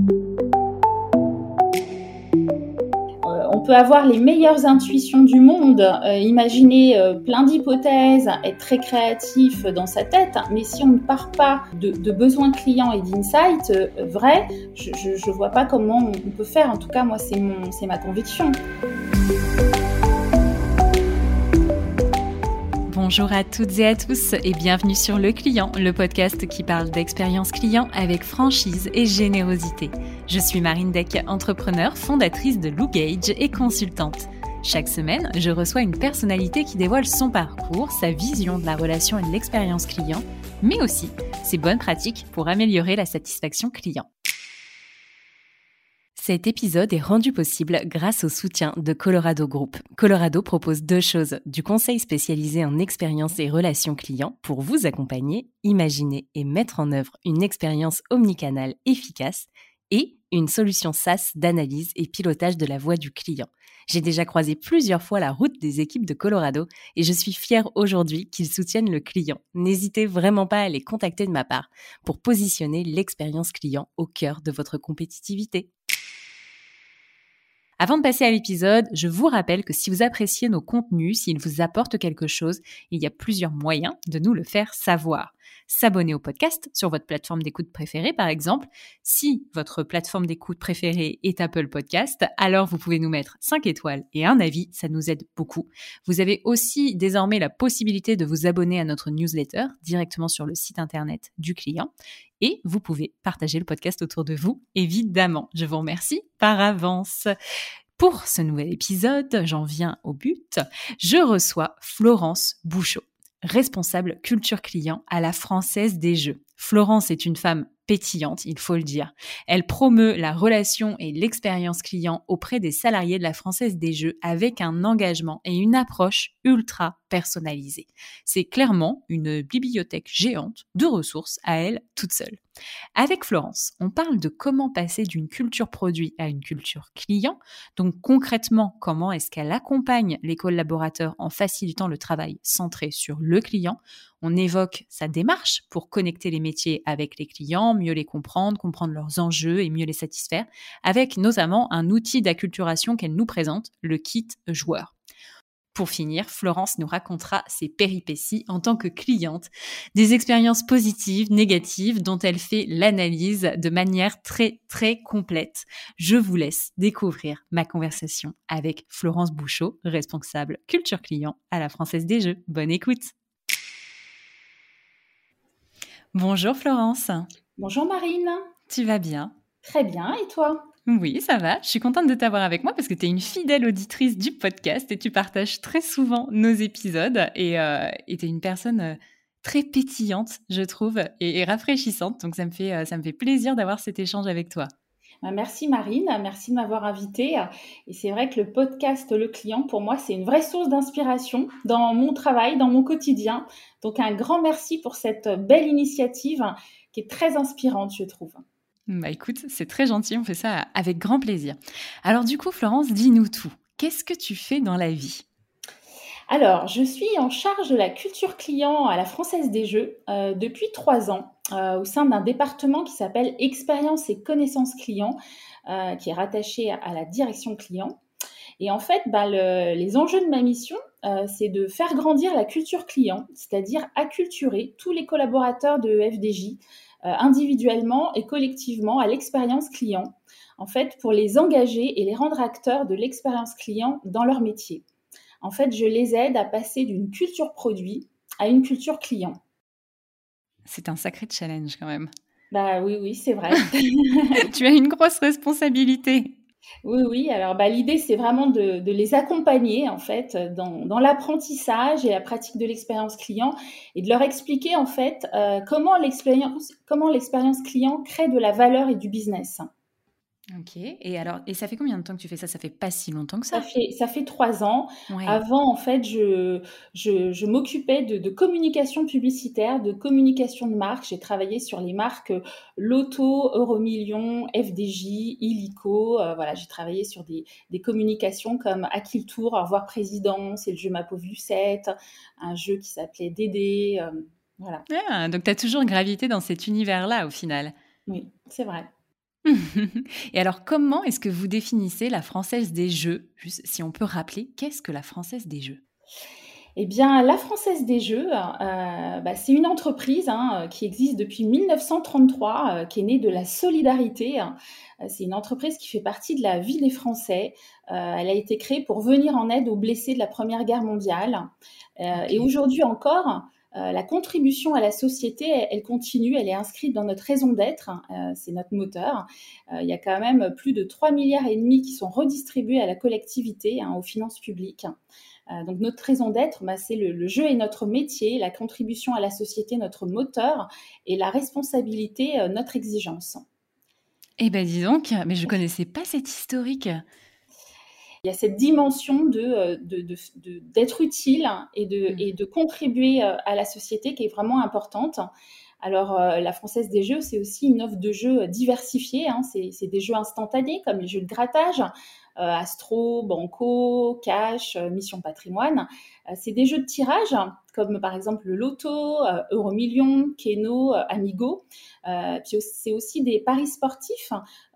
On peut avoir les meilleures intuitions du monde, imaginer plein d'hypothèses, être très créatif dans sa tête, mais si on ne part pas de besoins clients et d'insights vrais, je vois pas comment on peut faire. En tout cas, moi, c'est ma conviction. Bonjour à toutes et à tous et bienvenue sur Le Client, le podcast qui parle d'expérience client avec franchise et générosité. Je suis Marine Deck, entrepreneur, fondatrice de Lougage et consultante. Chaque semaine, je reçois une personnalité qui dévoile son parcours, sa vision de la relation et de l'expérience client, mais aussi ses bonnes pratiques pour améliorer la satisfaction client. Cet épisode est rendu possible grâce au soutien de Colorado Group. Colorado propose deux choses, du conseil spécialisé en expérience et relations clients pour vous accompagner, imaginer et mettre en œuvre une expérience omnicanale efficace et une solution SaaS d'analyse et pilotage de la voix du client. J'ai déjà croisé plusieurs fois la route des équipes de Colorado et je suis fière aujourd'hui qu'ils soutiennent le client. N'hésitez vraiment pas à les contacter de ma part pour positionner l'expérience client au cœur de votre compétitivité. Avant de passer à l'épisode, je vous rappelle que si vous appréciez nos contenus, s'ils vous apportent quelque chose, il y a plusieurs moyens de nous le faire savoir. S'abonner au podcast sur votre plateforme d'écoute préférée, par exemple. Si votre plateforme d'écoute préférée est Apple Podcast, alors vous pouvez nous mettre 5 étoiles et un avis, ça nous aide beaucoup. Vous avez aussi désormais la possibilité de vous abonner à notre newsletter directement sur le site internet du client. Et vous pouvez partager le podcast autour de vous, évidemment. Je vous remercie par avance. Pour ce nouvel épisode, j'en viens au but, je reçois Florence Bouchot, responsable culture client à la Française des Jeux. Florence est une femme pétillante, il faut le dire. Elle promeut la relation et l'expérience client auprès des salariés de la Française des Jeux avec un engagement et une approche ultra personnalisée. C'est clairement une bibliothèque géante de ressources à elle toute seule. Avec Florence, on parle de comment passer d'une culture produit à une culture client. Donc concrètement, comment est-ce qu'elle accompagne les collaborateurs en facilitant le travail centré sur le client. On évoque sa démarche pour connecter les métiers avec les clients, mieux les comprendre leurs enjeux et mieux les satisfaire, avec notamment un outil d'acculturation qu'elle nous présente, le kit joueur. Pour finir, Florence nous racontera ses péripéties en tant que cliente, des expériences positives, négatives, dont elle fait l'analyse de manière très, très complète. Je vous laisse découvrir ma conversation avec Florence Bouchot, responsable culture client à la Française des Jeux. Bonne écoute! Bonjour Florence. Bonjour Marine. Tu vas bien? Très bien, et toi? Oui, ça va. Je suis contente de t'avoir avec moi parce que tu es une fidèle auditrice du podcast et tu partages très souvent nos épisodes et tu es une personne très pétillante, je trouve, et rafraîchissante. Donc, ça me fait plaisir d'avoir cet échange avec toi. Merci Marine, merci de m'avoir invitée. Et c'est vrai que le podcast Le Client, pour moi, c'est une vraie source d'inspiration dans mon travail, dans mon quotidien. Donc, un grand merci pour cette belle initiative qui est très inspirante, je trouve. Bah écoute, c'est très gentil, on fait ça avec grand plaisir. Alors du coup, Florence, dis-nous tout. Qu'est-ce que tu fais dans la vie ? Alors, je suis en charge de la culture client à la Française des Jeux depuis 3 ans au sein d'un département qui s'appelle Expérience et connaissances clients, qui est rattaché à la direction client. Et en fait, les enjeux de ma mission, c'est de faire grandir la culture client, c'est-à-dire acculturer tous les collaborateurs de FDJ individuellement et collectivement à l'expérience client, en fait, pour les engager et les rendre acteurs de l'expérience client dans leur métier. En fait, je les aide à passer d'une culture produit à une culture client. C'est un sacré challenge quand même. Bah oui, c'est vrai. Tu as une grosse responsabilité. Oui. Alors, l'idée, c'est vraiment de les accompagner, en fait, dans l'apprentissage et la pratique de l'expérience client et de leur expliquer, en fait, comment l'expérience client crée de la valeur et du business. Ok. Et ça fait combien de temps que tu fais ça ? Ça fait pas si longtemps que ça. Ça fait 3 ans. Ouais. Avant, en fait, je m'occupais de communication publicitaire, de communication de marque. J'ai travaillé sur les marques Lotto, Euromillions, FDJ, Illico. Voilà, j'ai travaillé sur des communications comme À qui le tour, Au revoir président, c'est le jeu Ma pauvre Lucette, un jeu qui s'appelait Dédé. Voilà. Ah, donc tu as toujours gravité dans cet univers-là au final. Oui, c'est vrai. Et alors, comment est-ce que vous définissez la Française des Jeux? Juste si on peut rappeler, qu'est-ce que la Française des Jeux? Eh bien, la Française des Jeux, c'est une entreprise, qui existe depuis 1933, qui est née de la solidarité. C'est une entreprise qui fait partie de la vie des Français. Elle a été créée pour venir en aide aux blessés de la Première Guerre mondiale. Et OK. aujourd'hui encore, la contribution à la société, elle continue, elle est inscrite dans notre raison d'être, c'est notre moteur. Il y a quand même plus de 3,5 milliards qui sont redistribués à la collectivité, aux finances publiques. Donc notre raison d'être, c'est le jeu est notre métier, la contribution à la société, notre moteur, et la responsabilité, notre exigence. Eh ben, dis donc, mais je connaissais pas cette historique. Il y a cette dimension d'être utile Mmh. et de contribuer à la société qui est vraiment importante. Alors, la Française des Jeux, c'est aussi une offre de jeux diversifiée. C'est des jeux instantanés comme les jeux de grattage, Astro, Banco, Cash, Mission Patrimoine. C'est des jeux de tirage comme par exemple le Loto, Euromillions, Keno, Amigo. Puis c'est aussi des paris sportifs,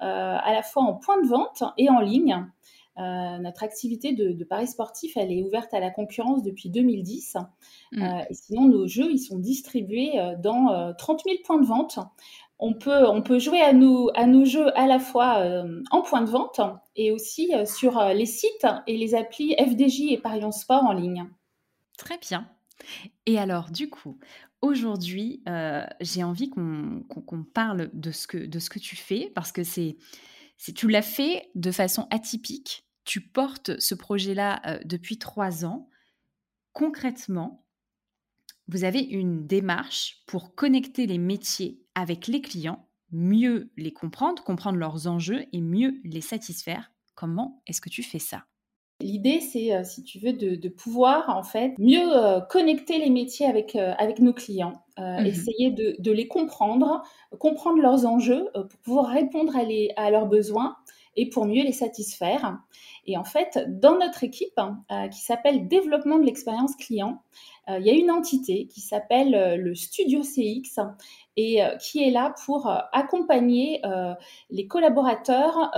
à la fois en point de vente et en ligne. Notre activité de paris sportifs, elle est ouverte à la concurrence depuis 2010. Mmh. Et sinon, nos jeux, ils sont distribués dans 30 000 points de vente. On peut jouer à nos jeux à la fois en point de vente et aussi sur les sites et les applis FDJ et Parions Sport en ligne. Très bien. Et alors, du coup, aujourd'hui, j'ai envie qu'on parle de ce que tu fais parce que tu l'as fait de façon atypique. Tu portes ce projet-là, depuis 3 ans. Concrètement, vous avez une démarche pour connecter les métiers avec les clients, mieux les comprendre leurs enjeux et mieux les satisfaire. Comment est-ce que tu fais ça? L'idée, c'est, si tu veux, de pouvoir, en fait, mieux, connecter les métiers avec nos clients, Mmh. essayer de les comprendre leurs enjeux, pour pouvoir répondre à leurs besoins et pour mieux les satisfaire. Et en fait, dans notre équipe, qui s'appelle développement de l'expérience client, il y a une entité qui s'appelle, le Studio CX et qui est là pour, accompagner, les collaborateurs,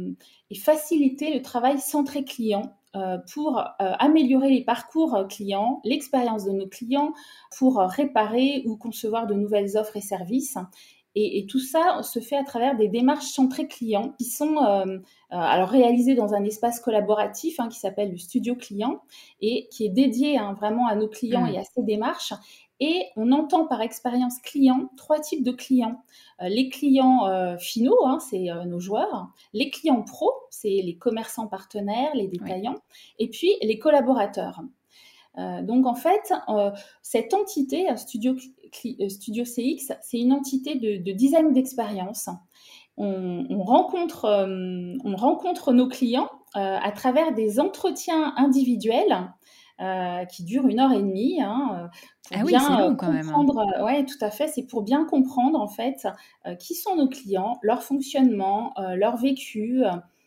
et faciliter le travail centré client pour améliorer les parcours clients, l'expérience de nos clients, pour réparer ou concevoir de nouvelles offres et services. Et tout ça se fait à travers des démarches centrées clients qui sont alors réalisées dans un espace collaboratif qui s'appelle le studio client et qui est dédié vraiment à nos clients et Mmh. à ces démarches. Et on entend par expérience client 3 types de clients. Les clients finaux, c'est nos joueurs. Les clients pros, c'est les commerçants partenaires, les Oui. détaillants. Et puis les collaborateurs. Donc en fait, cette entité, Studio CX, c'est une entité de design d'expérience. On rencontre nos clients à travers des entretiens individuels qui durent 1 heure et demie pour Ah oui, c'est bien long quand même. comprendre. Ouais, tout à fait. C'est pour bien comprendre en fait qui sont nos clients, leur fonctionnement, leur vécu,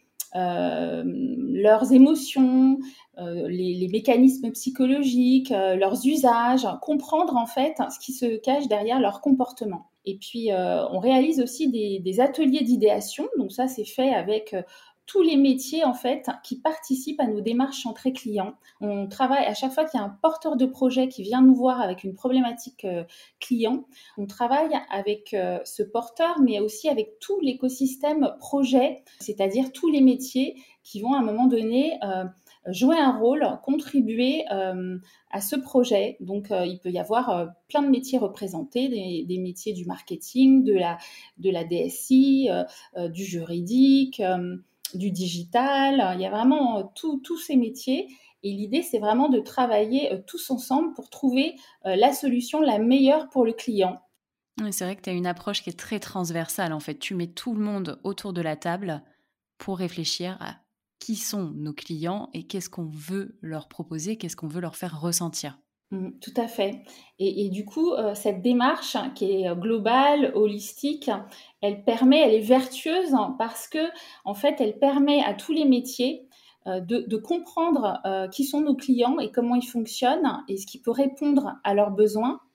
leurs émotions, les mécanismes psychologiques, leurs usages, comprendre en fait ce qui se cache derrière leur comportement. Et puis, on réalise aussi des ateliers d'idéation. Donc ça, c'est fait avec tous les métiers en fait qui participent à nos démarches centrées clients. On travaille à chaque fois qu'il y a un porteur de projet qui vient nous voir avec une problématique client. On travaille avec ce porteur, mais aussi avec tout l'écosystème projet, c'est-à-dire tous les métiers qui vont à un moment donné jouer un rôle, contribuer à ce projet. Donc, il peut y avoir plein de métiers représentés, des métiers du marketing, de la DSI, du juridique, du digital. Il y a vraiment tous ces métiers. Et l'idée, c'est vraiment de travailler tous ensemble pour trouver la solution la meilleure pour le client. Oui, c'est vrai que tu as une approche qui est très transversale en fait. Tu mets tout le monde autour de la table pour réfléchir à qui sont nos clients et qu'est-ce qu'on veut leur proposer, qu'est-ce qu'on veut leur faire ressentir. Tout à fait. Et du coup, cette démarche qui est globale, holistique, elle est vertueuse parce que en fait, elle permet à tous les métiers, de comprendre, qui sont nos clients et comment ils fonctionnent et ce qui peut répondre à leurs besoins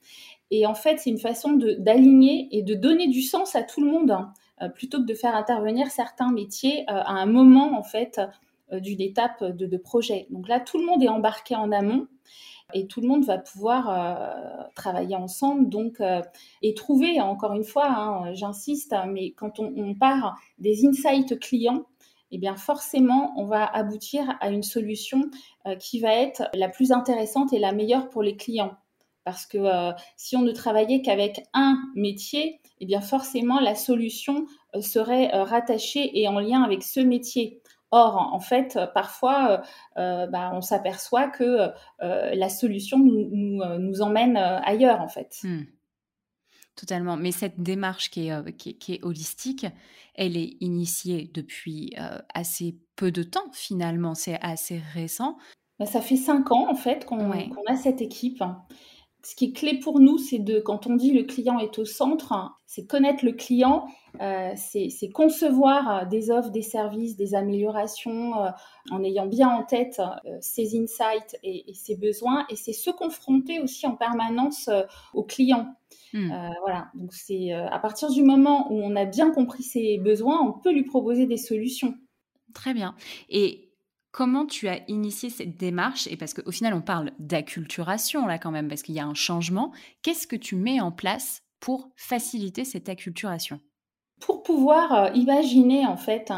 Et en fait, c'est une façon d'aligner et de donner du sens à tout le monde, hein, plutôt que de faire intervenir certains métiers à un moment, en fait, d'une étape de projet. Donc là, tout le monde est embarqué en amont et tout le monde va pouvoir travailler ensemble et trouver, encore une fois, hein, j'insiste, mais quand on part des insights clients, eh bien forcément, on va aboutir à une solution qui va être la plus intéressante et la meilleure pour les clients. Parce que si on ne travaillait qu'avec un métier, eh bien forcément, la solution serait rattachée et en lien avec ce métier. Or, en fait, parfois, on s'aperçoit que la solution nous emmène ailleurs, en fait. Totalement. Mais cette démarche qui est holistique, elle est initiée depuis assez peu de temps finalement. C'est assez récent. Ça fait 5 ans, en fait, Ouais. qu'on a cette équipe. Ce qui est clé pour nous, quand on dit le client est au centre, c'est connaître le client, c'est concevoir des offres, des services, des améliorations en ayant bien en tête ses insights et ses besoins, et c'est se confronter aussi en permanence au client. Voilà, donc c'est à partir du moment où on a bien compris ses besoins, on peut lui proposer des solutions. Très bien. Et comment tu as initié cette démarche? Et parce qu'au final, on parle d'acculturation là quand même, parce qu'il y a un changement. Qu'est-ce que tu mets en place pour faciliter cette acculturation? Pour pouvoir imaginer en fait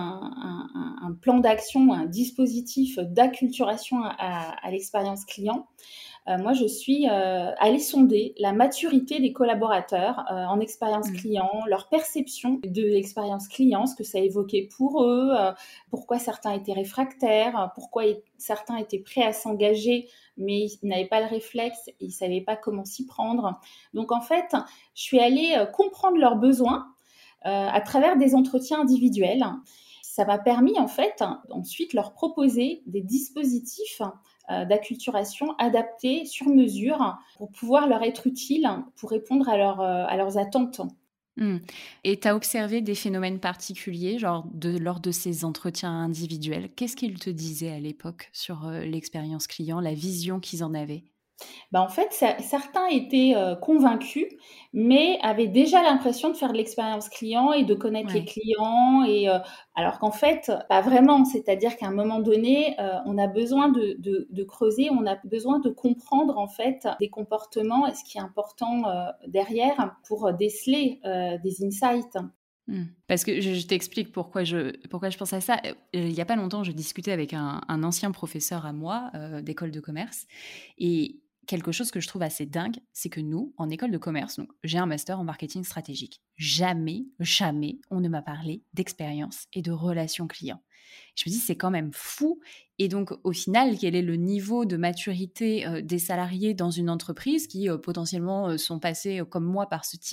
un plan d'action, un dispositif d'acculturation à l'expérience client, moi je suis allée sonder la maturité des collaborateurs en expérience Mmh. client, leur perception de l'expérience client, ce que ça évoquait pour eux, pourquoi certains étaient réfractaires, pourquoi certains étaient prêts à s'engager mais ils n'avaient pas le réflexe et ils ne savaient pas comment s'y prendre. Donc en fait, je suis allée comprendre leurs besoins à travers des entretiens individuels. Ça m'a permis en fait ensuite leur proposer des dispositifs d'acculturation adaptés sur mesure pour pouvoir leur être utiles pour répondre à leurs attentes. Mmh. Et tu as observé des phénomènes particuliers, genre lors de ces entretiens individuels? Qu'est-ce qu'ils te disaient à l'époque sur, l'expérience client, la vision qu'ils en avaient? En fait, certains étaient convaincus, mais avaient déjà l'impression de faire de l'expérience client et de connaître les Ouais. clients, alors qu'en fait, pas vraiment. C'est-à-dire qu'à un moment donné, on a besoin de creuser, on a besoin de comprendre en fait des comportements et ce qui est important derrière pour déceler des insights. Parce que je t'explique pourquoi je pense à ça. Il y a pas longtemps, je discutais avec un ancien professeur à moi, d'école de commerce, et quelque chose que je trouve assez dingue, c'est que nous, en école de commerce, donc j'ai un master en marketing stratégique. Jamais, jamais on ne m'a parlé d'expérience et de relations clients. Je me dis: «C'est quand même fou», et donc au final, quel est le niveau de maturité, des salariés dans une entreprise qui, potentiellement, sont passés, comme moi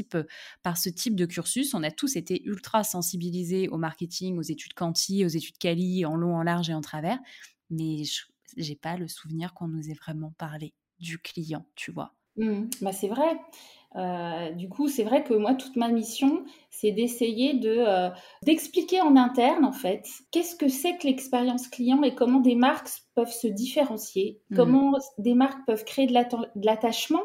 par ce type de cursus? On a tous été ultra sensibilisés au marketing, aux études quanti, aux études quali, en long, en large et en travers, mais j'ai pas le souvenir qu'on nous ait vraiment parlé du client, tu vois? C'est vrai. Du coup, c'est vrai que moi, toute ma mission, c'est d'essayer d'expliquer en interne, en fait, qu'est-ce que c'est que l'expérience client et comment des marques peuvent se différencier, Mmh. comment des marques peuvent créer de l'attachement,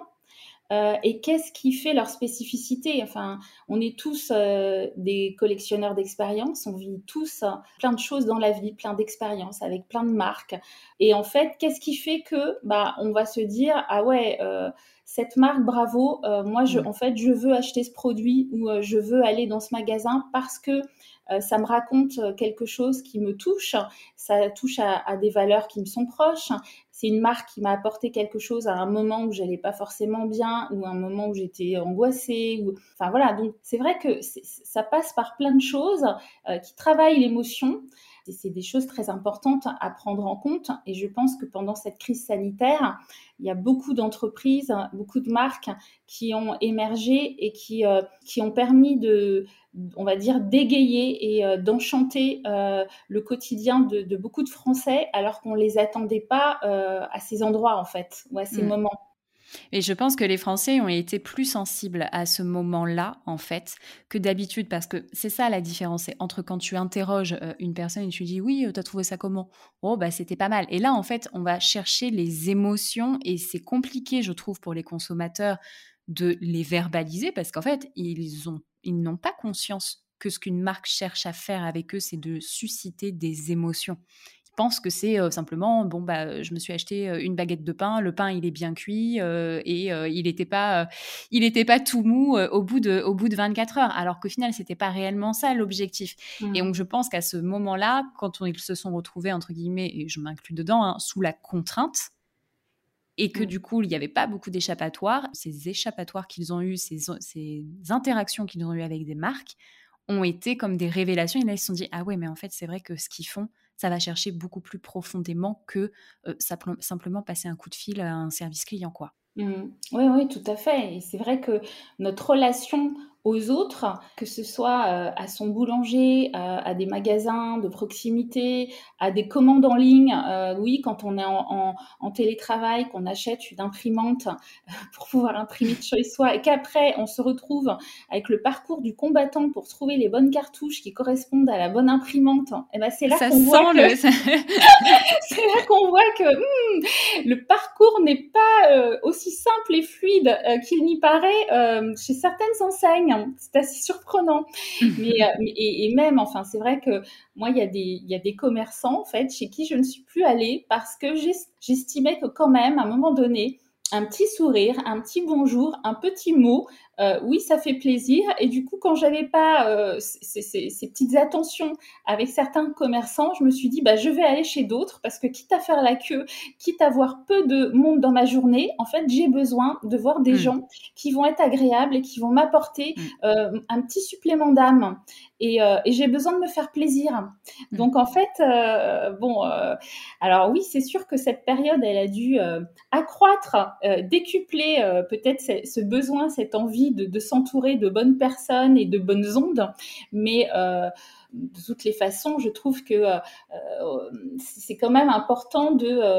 et qu'est-ce qui fait leur spécificité. Enfin, on est tous, des collectionneurs d'expériences, on vit tous plein de choses dans la vie, plein d'expériences avec plein de marques, et en fait, qu'est-ce qui fait que, on va se dire: «Ah ouais, cette marque, bravo, moi Mmh. en fait, je veux acheter ce produit ou je veux aller dans ce magasin parce que ça me raconte quelque chose qui me touche, ça touche à des valeurs qui me sont proches. C'est une marque qui m'a apporté quelque chose à un moment où j'allais pas forcément bien ou à un moment où j'étais angoissée, ou enfin voilà, donc c'est vrai que ça passe par plein de choses qui travaillent l'émotion. C'est des choses très importantes à prendre en compte, et je pense que pendant cette crise sanitaire, il y a beaucoup d'entreprises, beaucoup de marques qui ont émergé et qui ont permis on va dire, d'égayer et d'enchanter le quotidien de beaucoup de Français, alors qu'on ne les attendait pas à ces endroits, en fait, ou à ces Mmh. moments. Et je pense que les Français ont été plus sensibles à ce moment-là, en fait, que d'habitude, parce que c'est ça la différence, c'est entre quand tu interroges une personne et tu dis: «Oui, tu trouvé ça comment?» «Oh, bah, c'était pas mal», et là, en fait, on va chercher les émotions, et c'est compliqué, je trouve, pour les consommateurs de les verbaliser parce qu'en fait, ils n'ont pas conscience que ce qu'une marque cherche à faire avec eux, c'est de susciter des émotions. Ils pensent que c'est simplement, bon, bah, je me suis acheté une baguette de pain, le pain, il est bien cuit il n'était pas tout mou au bout de 24 heures, alors qu'au final, c'était pas réellement ça l'objectif. Et Mmh. donc, je pense qu'à ce moment-là, quand ils se sont retrouvés, entre guillemets, et je m'inclus dedans, hein, sous la contrainte, et que Mmh. du coup, il n'y avait pas beaucoup d'échappatoires. Ces échappatoires qu'ils ont eus, ces interactions qu'ils ont eues avec des marques, ont été comme des révélations. Et là, ils se sont dit, ah ouais, mais en fait, c'est vrai que ce qu'ils font, ça va chercher beaucoup plus profondément que simplement passer un coup de fil à un service client, quoi. Mmh. Oui, oui, tout à fait et c'est vrai que notre relation aux autres, que ce soit, à son boulanger, à des magasins de proximité, à des commandes en ligne, oui, quand on est en télétravail, qu'on achète une imprimante pour pouvoir imprimer de chez soi et qu'après on se retrouve avec le parcours du combattant pour trouver les bonnes cartouches qui correspondent à la bonne imprimante et bah, c'est là Ça qu'on voit sent que le... c'est là qu'on voit que, le parcours n'est pas aussi simple et fluide qu'il n'y paraît chez certaines enseignes. C'est assez surprenant. Et même, enfin, c'est vrai que moi, il y a des commerçants, en fait, chez qui je ne suis plus allée parce que j'estimais que quand même, à un moment donné, un petit sourire, un petit bonjour, un petit mot, oui, ça fait plaisir. Et du coup, quand j'avais pas ces petites attentions avec certains commerçants, je me suis dit, bah, je vais aller chez d'autres parce que quitte à faire la queue, quitte à voir peu de monde dans ma journée, en fait, j'ai besoin de voir des Mm, gens qui vont être agréables et qui vont m'apporter mm, un petit supplément d'âme. Et j'ai besoin de me faire plaisir. mm. Donc, en fait, alors oui, c'est sûr que cette période, elle a dû accroître, décupler peut-être ce besoin, cette envie de s'entourer de bonnes personnes et de bonnes ondes. Mais de toutes les façons, je trouve que c'est quand même important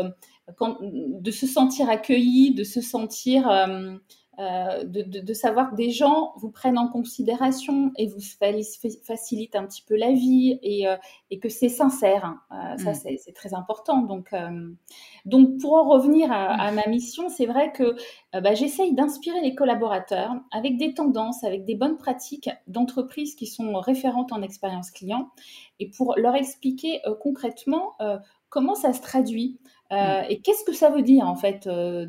de se sentir accueilli, de se sentir de savoir que des gens vous prennent en considération et vous facilitent un petit peu la vie et que c'est sincère. Ça, Mm. c'est très important. Donc, pour en revenir à Mm. ma mission, c'est vrai que bah, j'essaye d'inspirer les collaborateurs avec des tendances, avec des bonnes pratiques d'entreprises qui sont référentes en expérience client et pour leur expliquer concrètement comment ça se traduit Mm. et qu'est-ce que ça veut dire en fait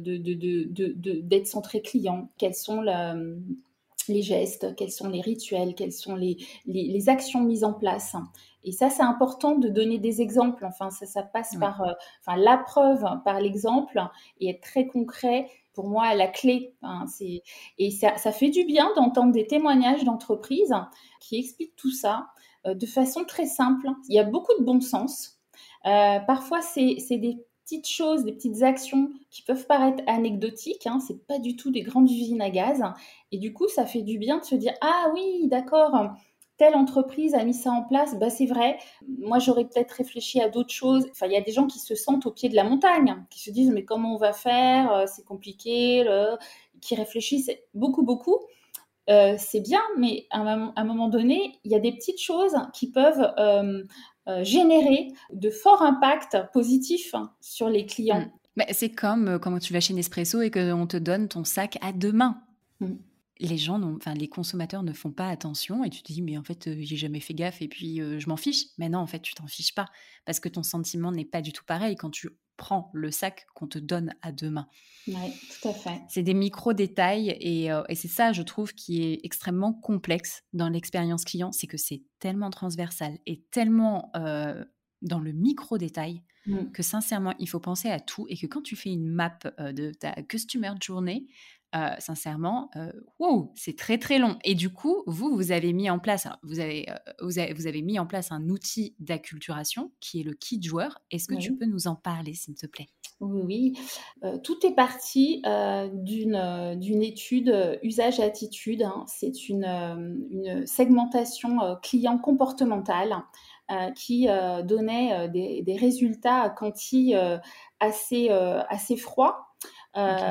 d'être centré client. Quels sont les gestes, quels sont les rituels, quelles sont les actions mises en place. Et ça, c'est important de donner des exemples. Enfin, ça passe Oui. par enfin, la preuve par l'exemple et être très concret. Pour moi, la clé, hein, et ça fait du bien d'entendre des témoignages d'entreprises qui expliquent tout ça de façon très simple. Il y a beaucoup de bon sens. Parfois, c'est des petites choses, des petites actions qui peuvent paraître anecdotiques, hein, c'est pas du tout des grandes usines à gaz. Et du coup, ça fait du bien de se dire ah oui, d'accord, telle entreprise a mis ça en place, bah c'est vrai. Moi, j'aurais peut-être réfléchi à d'autres choses. Enfin, il y a des gens qui se sentent au pied de la montagne, qui se disent mais comment on va faire, c'est compliqué, qui réfléchissent beaucoup, beaucoup. C'est bien, mais à un moment donné, il y a des petites choses qui peuvent générer de forts impacts positifs sur les Mm. clients. Mais c'est comme quand tu vas chez Nespresso et qu'on te donne ton sac à deux mains. Mm. Enfin, les consommateurs ne font pas attention et tu te dis, mais en fait, j'ai jamais fait gaffe et puis je m'en fiche. Mais non, en fait, tu t'en fiches pas parce que ton sentiment n'est pas du tout pareil quand tu prends le sac qu'on te donne à deux mains. Oui, tout à fait. C'est des micro-détails et c'est ça, je trouve, qui est extrêmement complexe dans l'expérience client, c'est que c'est tellement transversal et tellement dans le micro-détail Mm. que sincèrement, il faut penser à tout et que quand tu fais une map de ta customer journey, sincèrement, wow, c'est très très long. Et du coup, vous avez mis en place, alors, vous avez mis en place un outil d'acculturation qui est le kit joueur. Est-ce que tu Oui. peux nous en parler, s'il te plaît? Oui, oui. Tout est parti d'une étude usage-attitude, hein. C'est une segmentation client comportementale qui donnait des résultats quanti assez froids. Ok.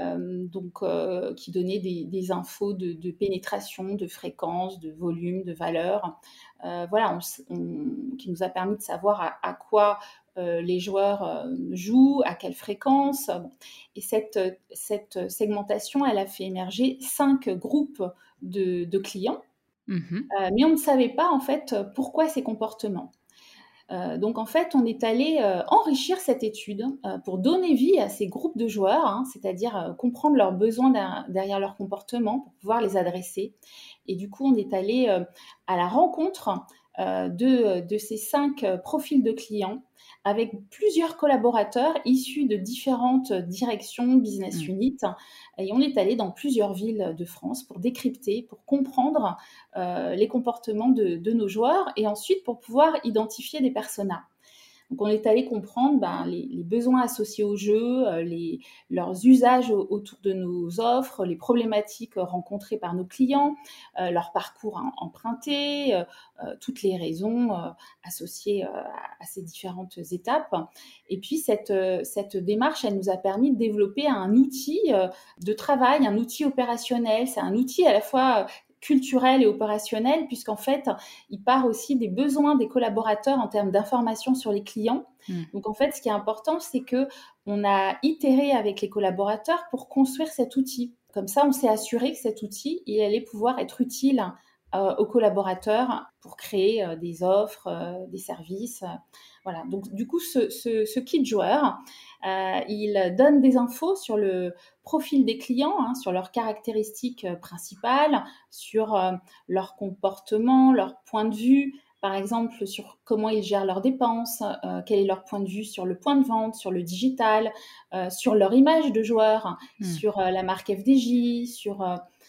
Qui donnait des infos de pénétration, de fréquence, de volume, de valeur. Voilà, qui nous a permis de savoir à quoi les joueurs jouent, à quelle fréquence. Bon. Et cette segmentation, elle a fait émerger 5 groupes de clients, mais on ne savait pas en fait pourquoi ces comportements. Donc en fait, on est allé enrichir cette étude pour donner vie à ces groupes de joueurs, hein, c'est-à-dire comprendre leurs besoins derrière leur comportement pour pouvoir les adresser. Et du coup, on est allé à la rencontre de ces 5 profils de clients avec plusieurs collaborateurs issus de différentes directions, business units. Et on est allé dans plusieurs villes de France pour décrypter, pour comprendre les comportements de nos joueurs et ensuite pour pouvoir identifier des personas. Donc on est allé comprendre les besoins associés au jeu, leurs usages autour de nos offres, les problématiques rencontrées par nos clients, leur parcours emprunté, toutes les raisons associées à ces différentes étapes. Et puis cette démarche, elle nous a permis de développer un outil de travail, un outil opérationnel. C'est un outil à la fois culturel et opérationnel, puisqu'en fait, il part aussi des besoins des collaborateurs en termes d'information sur les clients. Donc en fait, ce qui est important, c'est qu'on a itéré avec les collaborateurs pour construire cet outil. Comme ça, on s'est assuré que cet outil, il allait pouvoir être utile aux collaborateurs pour créer des offres, des services. Voilà. Donc du coup, ce kit joueur, il donne des infos sur le profil des clients, hein, sur leurs caractéristiques principales, sur leur comportement, leur point de vue, par exemple sur comment ils gèrent leurs dépenses, quel est leur point de vue sur le point de vente, sur le digital, sur leur image de joueur, sur la marque FDJ, sur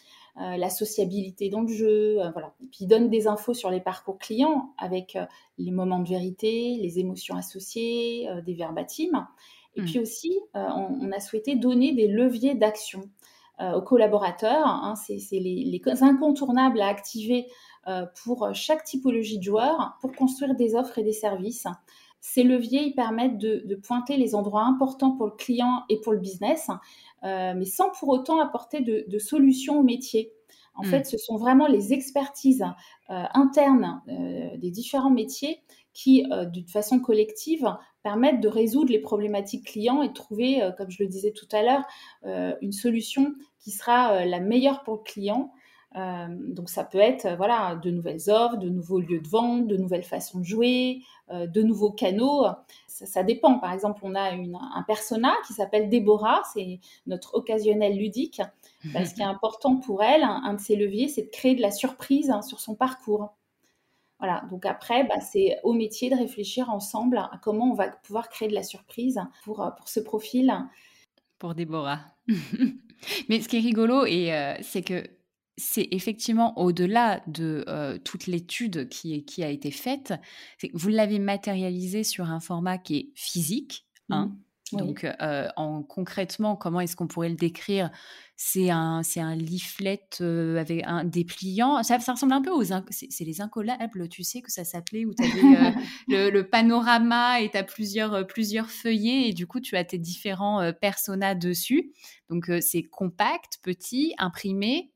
la sociabilité dans le jeu, voilà. Et puis il donne des infos sur les parcours clients avec les moments de vérité, les émotions associées, des verbatims. Et puis aussi, on a souhaité donner des leviers d'action aux collaborateurs. Hein, c'est les incontournables à activer pour chaque typologie de joueur pour construire des offres et des services. Ces leviers, ils permettent de pointer les endroits importants pour le client et pour le business, mais sans pour autant apporter de solutions au métier. En fait, ce sont vraiment les expertises internes des différents métiers qui, d'une façon collective, permettent de résoudre les problématiques clients et de trouver, comme je le disais tout à l'heure, une solution qui sera la meilleure pour le client. Donc ça peut être voilà, de nouvelles offres, de nouveaux lieux de vente, de nouvelles façons de jouer, de nouveaux canaux. Ça dépend. Par exemple, on a un persona qui s'appelle Déborah, c'est notre occasionnelle ludique. Ce qui est important pour elle, un de ses leviers, c'est de créer de la surprise sur son parcours. Voilà, donc après, c'est au métier de réfléchir ensemble à comment on va pouvoir créer de la surprise pour ce profil. Pour Déborah. Mais ce qui est rigolo, c'est que c'est effectivement au-delà de toute l'étude qui a été faite, c'est que vous l'avez matérialisé sur un format qui est physique. Hein. Oui. Donc, concrètement, comment est-ce qu'on pourrait le décrire ? C'est un leaflet avec un dépliant. Ça ressemble un peu c'est les incollables, tu sais, que ça s'appelait, où tu avais le panorama et tu as plusieurs feuillets et du coup, tu as tes différents personas dessus. Donc, c'est compact, petit, imprimé.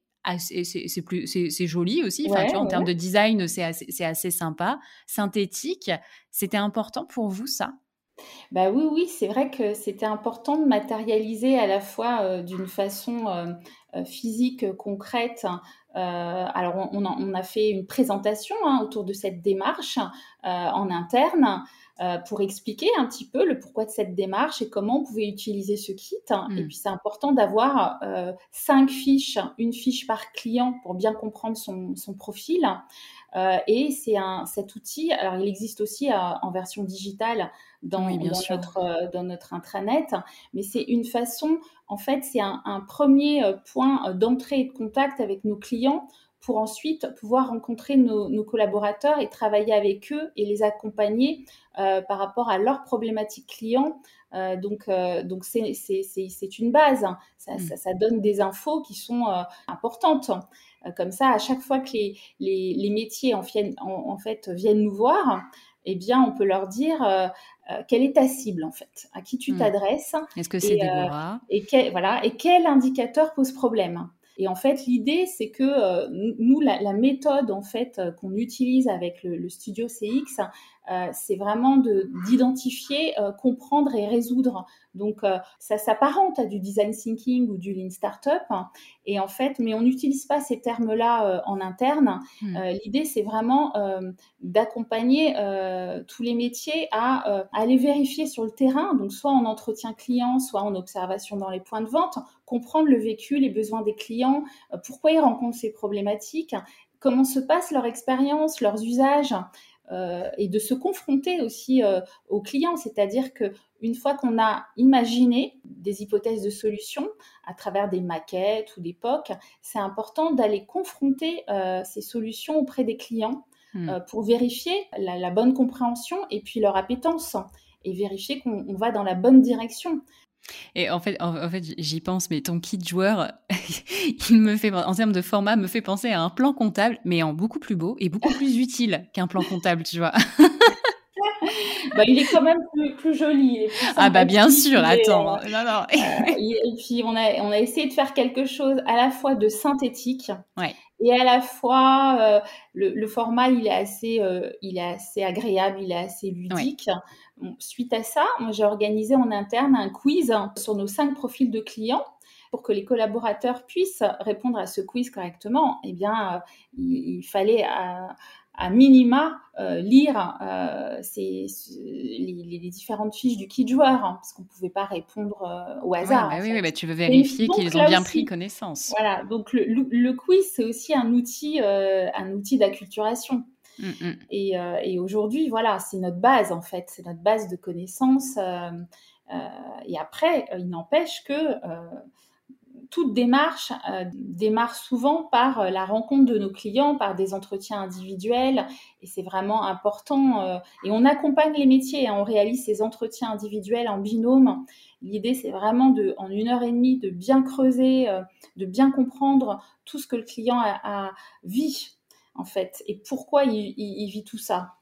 C'est joli aussi. Enfin, tu vois, en termes de design, c'est assez sympa, synthétique. C'était important pour vous, ça ? Oui, c'est vrai que c'était important de matérialiser à la fois d'une façon physique, concrète. Alors, on a fait une présentation autour de cette démarche en interne pour expliquer un petit peu le pourquoi de cette démarche et comment on pouvait utiliser ce kit. Et puis, c'est important d'avoir 5 fiches, une fiche par client pour bien comprendre son profil. Et cet outil, alors il existe aussi en version digitale dans notre intranet, mais c'est une façon, en fait, c'est un premier point d'entrée et de contact avec nos clients pour ensuite pouvoir rencontrer nos collaborateurs et travailler avec eux et les accompagner par rapport à leurs problématiques clients. Donc c'est une base. Ça donne des infos qui sont importantes. Comme ça, à chaque fois que les métiers en fait viennent nous voir, eh bien, on peut leur dire quelle est ta cible, en fait, à qui tu t'adresses. Est-ce que c'est Déborah ? Et quel indicateur pose problème ? Et en fait, l'idée, c'est que nous, la méthode en fait qu'on utilise avec le studio CX, c'est vraiment d'identifier, comprendre et résoudre. Donc, ça s'apparente à du design thinking ou du lean startup. Et en fait, mais on n'utilise pas ces termes-là en interne. L'idée, c'est vraiment d'accompagner tous les métiers à aller vérifier sur le terrain, donc soit en entretien client, soit en observation dans les points de vente, comprendre le vécu, les besoins des clients, pourquoi ils rencontrent ces problématiques, comment se passe leur expérience, leurs usages, et de se confronter aussi aux clients, c'est-à-dire que une fois qu'on a imaginé des hypothèses de solutions à travers des maquettes ou des POC, c'est important d'aller confronter ces solutions auprès des clients pour vérifier la bonne compréhension et puis leur appétence et vérifier qu'on va dans la bonne direction. Et en fait, j'y pense, mais ton kit joueur, il me fait, en termes de format, me fait penser à un plan comptable, mais en beaucoup plus beau et beaucoup plus utile qu'un plan comptable, tu vois. Il est quand même plus joli, il est plus Ah bah bien sympathique. sûr, attends, non, non. Et puis on a essayé de faire quelque chose à la fois de synthétique Ouais. et à la fois le format il est assez agréable, il est assez ludique. Ouais. Bon, suite à ça, moi j'ai organisé en interne un quiz sur nos 5 profils de clients. Pour que les collaborateurs puissent répondre à ce quiz correctement, eh bien, il fallait à minima lire les différentes fiches du kit joueur, parce qu'on ne pouvait pas répondre au hasard. Ouais, en oui, fait. tu veux vérifier donc, qu'ils ont bien pris connaissance. Voilà, donc le quiz, c'est aussi un outil d'acculturation. Et aujourd'hui, voilà, c'est notre base, en fait, c'est notre base de connaissances. Et après, il n'empêche que toute démarche démarre souvent par la rencontre de nos clients, par des entretiens individuels, et c'est vraiment important. Et on accompagne les métiers, on réalise ces entretiens individuels en binôme. L'idée, c'est vraiment en 1h30 de bien creuser, de bien comprendre tout ce que le client vit, en fait, et pourquoi il vit tout ça.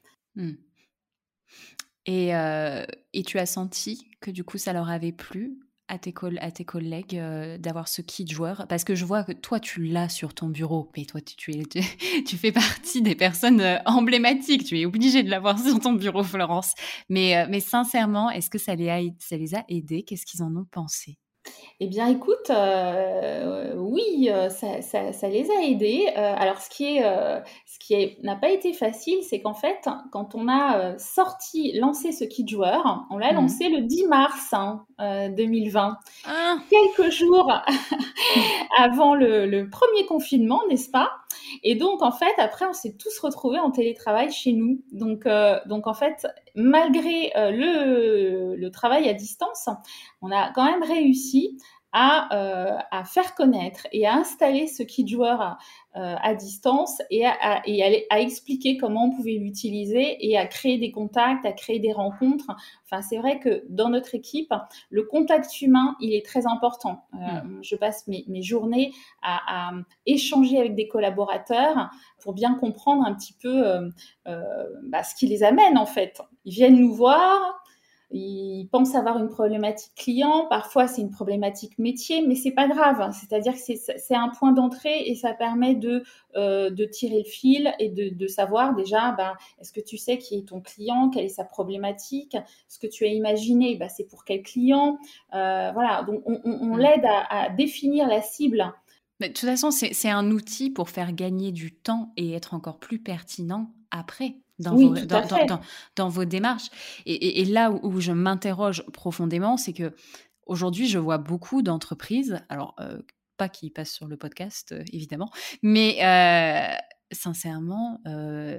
Et tu as senti que du coup, ça leur avait plu à tes collègues d'avoir ce kit joueur? Parce que je vois que toi, tu l'as sur ton bureau, mais toi, tu fais partie des personnes emblématiques. Tu es obligée de l'avoir sur ton bureau, Florence. Mais sincèrement, est-ce que ça les a aidés? Qu'est-ce qu'ils en ont pensé? Eh bien, écoute, oui, ça les a aidés. Alors, ce qui n'a pas été facile, c'est qu'en fait, quand on a lancé ce kit joueur, on l'a lancé le 10 mars 2020. Quelques jours avant le premier confinement, n'est-ce pas? Et donc, en fait, après, on s'est tous retrouvés en télétravail chez nous. Donc en fait, malgré le travail à distance, on a quand même réussi à faire connaître et à installer ce kit joueur à distance et à expliquer comment on pouvait l'utiliser et à créer des contacts, à créer des rencontres. Enfin, c'est vrai que dans notre équipe, le contact humain, il est très important. Je passe mes journées à échanger avec des collaborateurs pour bien comprendre un petit peu ce qui les amène, en fait. Ils viennent nous voir, ils pensent avoir une problématique client, parfois c'est une problématique métier, mais c'est pas grave. C'est-à-dire que c'est un point d'entrée et ça permet de tirer le fil et de savoir déjà, est-ce que tu sais qui est ton client, quelle est sa problématique, ce que tu as imaginé, c'est pour quel client. Voilà, donc on l'aide à définir la cible. Mais de toute façon, c'est un outil pour faire gagner du temps et être encore plus pertinent après dans vos démarches. Et là où je m'interroge profondément, c'est que aujourd'hui, je vois beaucoup d'entreprises, alors pas qui passent sur le podcast, évidemment, mais sincèrement,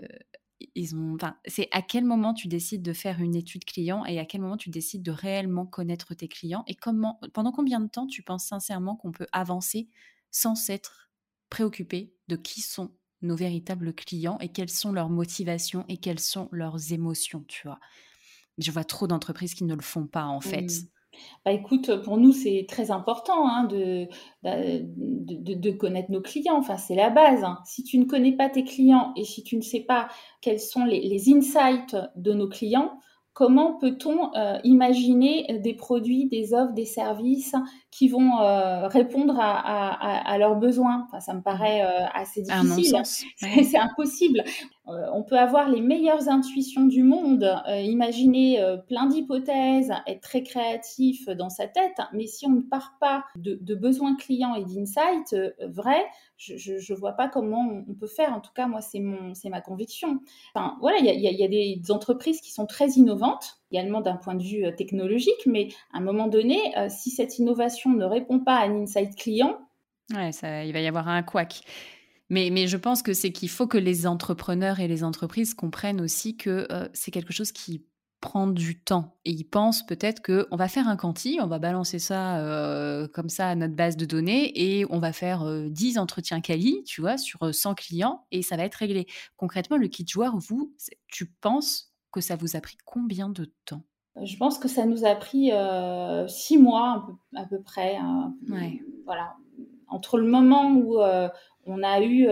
c'est à quel moment tu décides de faire une étude client et à quel moment tu décides de réellement connaître tes clients et pendant combien de temps tu penses sincèrement qu'on peut avancer sans s'être préoccupé de qui sont nos véritables clients et quelles sont leurs motivations et quelles sont leurs émotions, tu vois. Je vois trop d'entreprises qui ne le font pas, en fait. Écoute, pour nous, c'est très important de connaître nos clients. Enfin, c'est la base. Si tu ne connais pas tes clients et si tu ne sais pas quels sont les insights de nos clients, comment peut-on imaginer des produits, des offres, des services qui vont répondre à leurs besoins. Enfin, ça me paraît assez Un difficile. non-sens. Ouais. C'est impossible. On peut avoir les meilleures intuitions du monde, imaginer plein d'hypothèses, être très créatif dans sa tête, mais si on ne part pas de besoins clients et d'insights vrais, je vois pas comment on peut faire. En tout cas, moi, c'est ma conviction. Enfin, voilà, il y a des entreprises qui sont très innovantes, également d'un point de vue technologique, mais à un moment donné, si cette innovation ne répond pas à un insight client, Ouais, il va y avoir un couac. Mais je pense que c'est qu'il faut que les entrepreneurs et les entreprises comprennent aussi que c'est quelque chose qui prend du temps. Et ils pensent peut-être qu'on va faire un quanti, on va balancer ça comme ça à notre base de données et on va faire 10 entretiens quali, tu vois, sur 100 clients et ça va être réglé. Concrètement, le kit joueur, tu penses que ça vous a pris combien de temps? je pense que ça nous a pris 6 mois à peu près. Ouais. Voilà. Entre le moment où on a eu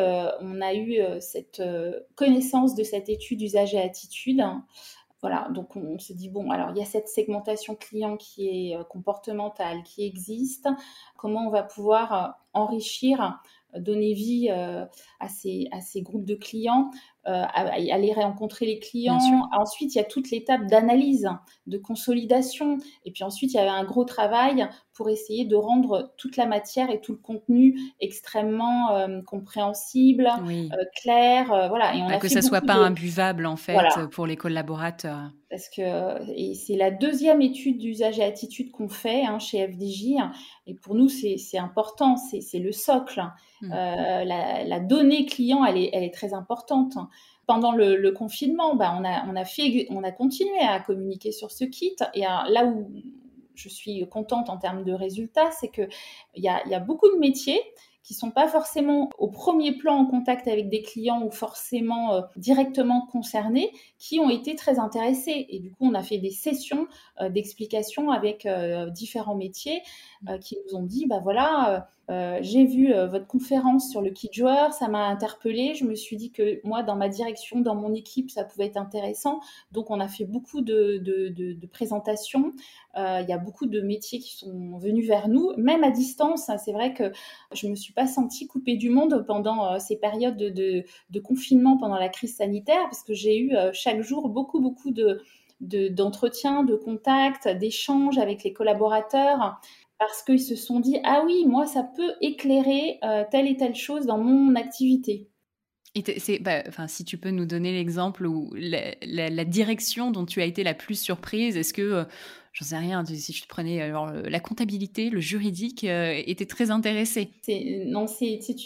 cette connaissance de cette étude usage et attitude, voilà, donc on se dit, bon, alors il y a cette segmentation client qui est comportementale, qui existe. Comment on va pouvoir enrichir, donner vie à ces groupes de clients, aller rencontrer les Bien sûr. clients. Ensuite, il y a toute l'étape d'analyse, de consolidation. Et puis ensuite, il y avait un gros travail pour essayer de rendre toute la matière et tout le contenu extrêmement compréhensible, Oui. clair. Voilà, et on a Que fait ça soit beaucoup pas de... imbuvable en fait Voilà, pour les collaborateurs. parce que et c'est la deuxième étude d'usage et attitude qu'on fait chez FDJ. Et pour nous, c'est important, c'est le socle. Mmh. La donnée client, elle est très importante. Pendant le confinement, on a continué à communiquer sur ce kit. Et là où je suis contente en termes de résultats, c'est qu'il y a beaucoup de métiers qui sont pas forcément au premier plan en contact avec des clients ou forcément directement concernés, qui ont été très intéressés. Et du coup, on a fait des sessions d'explication avec différents métiers qui nous ont dit, bah voilà, j'ai vu votre conférence sur le kit joueur, ça m'a interpellée. Je me suis dit que moi, dans ma direction, dans mon équipe, ça pouvait être intéressant. Donc, on a fait beaucoup de présentations. Il y a beaucoup de métiers qui sont venus vers nous, même à distance. C'est vrai que je me suis pas sentie coupée du monde pendant ces périodes de confinement pendant la crise sanitaire, parce que j'ai eu chaque jour beaucoup d'entretiens, de contacts, d'échanges avec les collaborateurs, parce qu'ils se sont dit, ah oui, moi, ça peut éclairer telle et telle chose dans mon activité. Et enfin, si tu peux nous donner l'exemple ou la direction dont tu as été la plus surprise, est-ce que, j'en sais rien, si je te prenais alors, la comptabilité, le juridique, était très intéressé? Non, c'est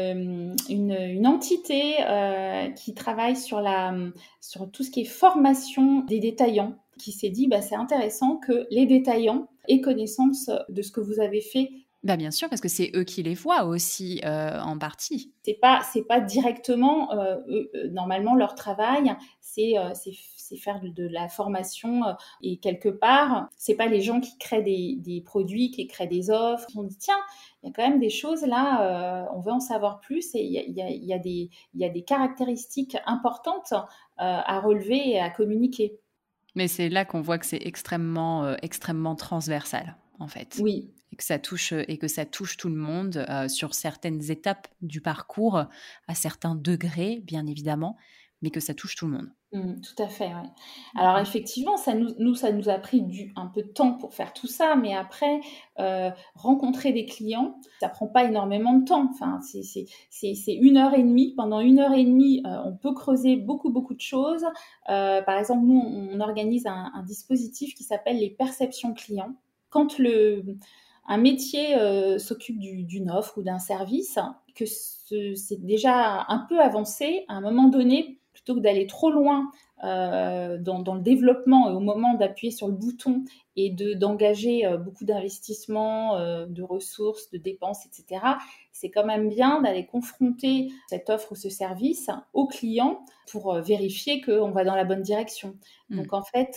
une entité qui travaille sur tout ce qui est formation des détaillants, qui s'est dit, bah, c'est intéressant que les détaillants aient connaissance de ce que vous avez fait. Bah, bien sûr, parce que c'est eux qui les voient aussi, en partie. C'est pas directement normalement leur travail, c'est faire de la formation et quelque part, c'est pas les gens qui créent des produits, qui créent des offres. On dit tiens, il y a quand même des choses là, on veut en savoir plus et il y a des caractéristiques importantes à relever et à communiquer. Mais c'est là qu'on voit que c'est extrêmement, extrêmement transversal, en fait. Oui. Et que ça touche tout le monde, sur certaines étapes du parcours, à certains degrés, bien évidemment, mais que ça touche tout le monde. Tout à fait, ouais. Alors Mmh. effectivement, ça nous a pris un peu de temps pour faire tout ça, mais après, rencontrer des clients, ça prend pas énormément de temps. Enfin, c'est 1 heure et demie. Pendant 1 heure et demie, on peut creuser beaucoup de choses. Par exemple, nous, on organise un dispositif qui s'appelle les perceptions clients. Quand un métier s'occupe d'une offre ou d'un service, que c'est déjà un peu avancé, à un moment donné, plutôt que d'aller trop loin dans le développement et au moment d'appuyer sur le bouton et d'engager beaucoup d'investissements, de ressources, de dépenses, etc., c'est quand même bien d'aller confronter cette offre ou ce service au client pour vérifier qu'on va dans la bonne direction. Mmh. Donc en fait,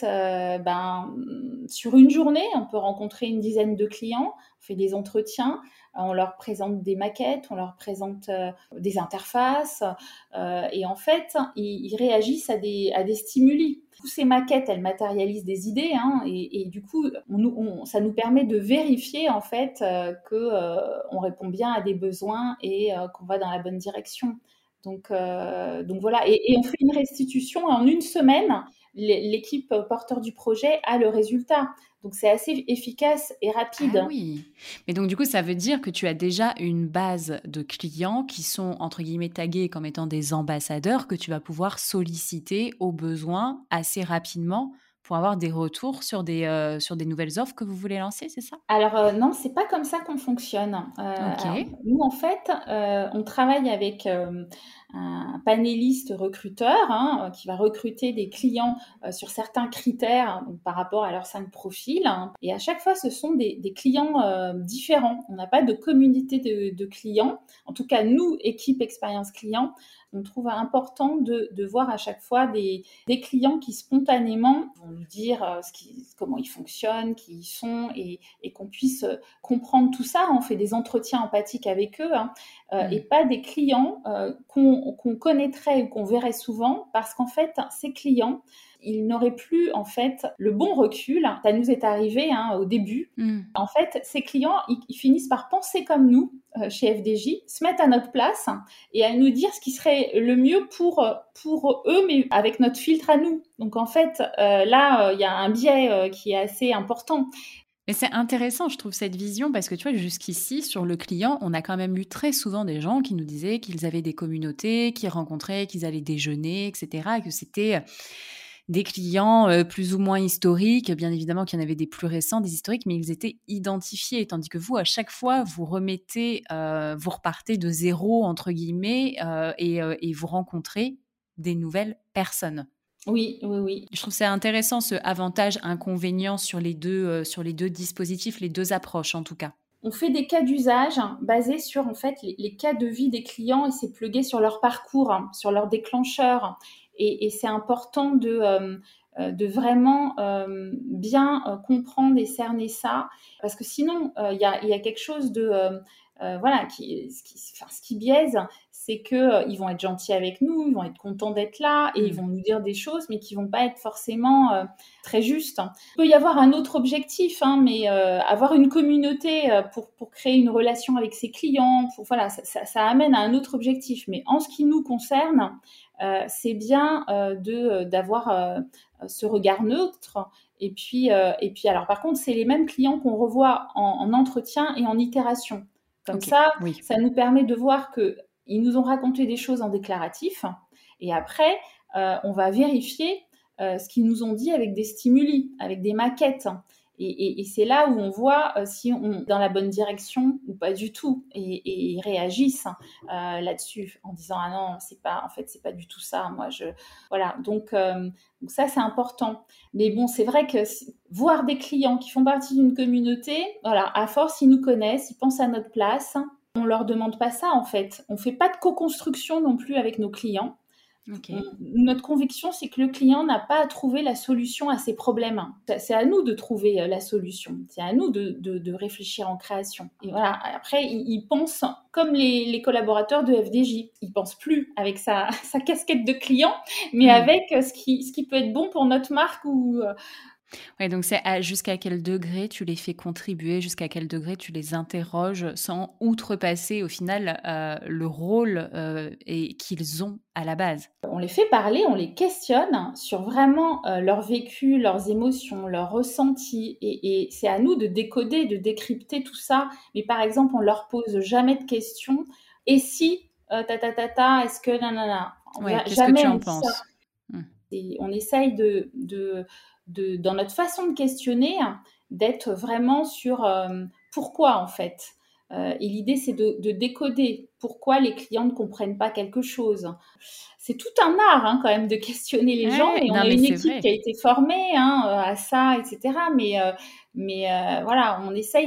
sur une journée, on peut rencontrer une dizaine de clients, on fait des entretiens, on leur présente des maquettes, on leur présente des interfaces, et en fait, ils réagissent à des stimuli. Toutes ces maquettes, elles matérialisent des idées, hein, et du coup, ça nous permet de vérifier en fait qu'on répond bien à des besoins et qu'on va dans la bonne direction. Donc voilà, et on fait une restitution et en une semaine, l'équipe porteur du projet a le résultat. Donc c'est assez efficace et Ah rapide. oui. Mais donc du coup, ça veut dire que tu as déjà une base de clients qui sont entre guillemets tagués comme étant des ambassadeurs que tu vas pouvoir solliciter au besoin assez rapidement pour avoir des retours sur des nouvelles offres que vous voulez lancer, c'est ça? Alors, non, c'est pas comme ça qu'on fonctionne. Alors OK. nous, en fait, on travaille avec, un panéliste recruteur, hein, qui va recruter des clients, sur certains critères, donc par rapport à leurs 5 profils, hein, et à chaque fois, ce sont des clients, différents. On n'a pas de communauté de clients. En tout cas, nous, équipe expérience client, on trouve important de voir à chaque fois des clients qui spontanément vont nous dire, comment ils fonctionnent, qui ils sont, et qu'on puisse comprendre tout ça. On fait des entretiens empathiques avec eux, hein, et Mmh. pas des clients qu'on connaîtrait ou qu'on verrait souvent, parce qu'en fait, ces clients, ils n'auraient plus en fait le bon recul. Ça nous est arrivé, hein, au début. Mmh. En fait, ces clients, ils finissent par penser comme nous chez FDJ, se mettre à notre place et à nous dire ce qui serait le mieux pour eux, mais avec notre filtre à nous. Donc en fait, là, il y a un biais qui est assez important. Mais c'est intéressant, je trouve, cette vision parce que tu vois, jusqu'ici, sur le client, on a quand même eu très souvent des gens qui nous disaient qu'ils avaient des communautés, qu'ils rencontraient, qu'ils allaient déjeuner, etc. Et que c'était des clients plus ou moins historiques. Bien évidemment qu'il y en avait des plus récents, des historiques, mais ils étaient identifiés. Tandis que vous, à chaque fois, vous remettez, vous repartez de zéro, entre guillemets, et vous rencontrez des nouvelles personnes. Oui, oui, oui. Je trouve c'est intéressant ce avantage-inconvénient sur les 2 dispositifs, les 2 approches en tout cas. On fait des cas d'usage basés sur en fait les cas de vie des clients et c'est plugué sur leur parcours, hein, sur leur déclencheur. Et c'est important de vraiment bien comprendre et cerner ça, parce que sinon il y a quelque chose de voilà ce qui biaise, c'est que ils vont être gentils avec nous, ils vont être contents d'être là et ils Mmh. vont nous dire des choses, mais qui vont pas être forcément très justes. Il peut y avoir un autre objectif, hein, mais avoir une communauté pour créer une relation avec ses clients, voilà, ça amène à un autre objectif. Mais en ce qui nous concerne, c'est bien d'avoir ce regard neutre. Et puis, alors par contre, c'est les mêmes clients qu'on revoit en entretien et en itération. Comme OK, oui. ça nous permet de voir qu'ils nous ont raconté des choses en déclaratif. Et après, on va vérifier ce qu'ils nous ont dit avec des stimuli, avec des maquettes. Et c'est là où on voit si on est dans la bonne direction ou pas du tout. Et ils réagissent là-dessus en disant ah non, en fait c'est pas du tout ça. Voilà. Donc ça c'est important. Mais bon, c'est vrai que voir des clients qui font partie d'une communauté, voilà, à force ils nous connaissent, ils pensent à notre place. On leur demande pas ça en fait. On fait pas de co-construction non plus avec nos clients. OK. Notre conviction, c'est que le client n'a pas à trouver la solution à ses problèmes. C'est à nous de trouver la solution. C'est à nous de réfléchir en création. Et voilà. Après, il pense comme les collaborateurs de FDJ. Il pense plus avec sa casquette de client, mais Mmh. avec ce qui peut être bon pour notre marque ou Ouais, donc c'est à jusqu'à quel degré tu les fais contribuer, jusqu'à quel degré tu les interroges sans outrepasser au final, le rôle, et qu'ils ont à la base? on les fait parler, on les questionne sur vraiment leur vécu, leurs émotions, leurs ressentis, et c'est à nous de décoder, de décrypter tout ça. Mais par exemple, on leur pose jamais de questions. Et si ta ta ta ta, est-ce que nanana, Ouais, qu'est-ce que jamais tu on en dit ça. penses? Mmh. Et on essaye dans notre façon de questionner, d'être vraiment sur pourquoi en fait. Et l'idée, c'est de décoder pourquoi les clients ne comprennent pas quelque chose. c'est tout un art quand même de questionner les gens, Ouais, et on non a mais une c'est équipe qui a vrai. été formée à ça, etc. Voilà, on essaye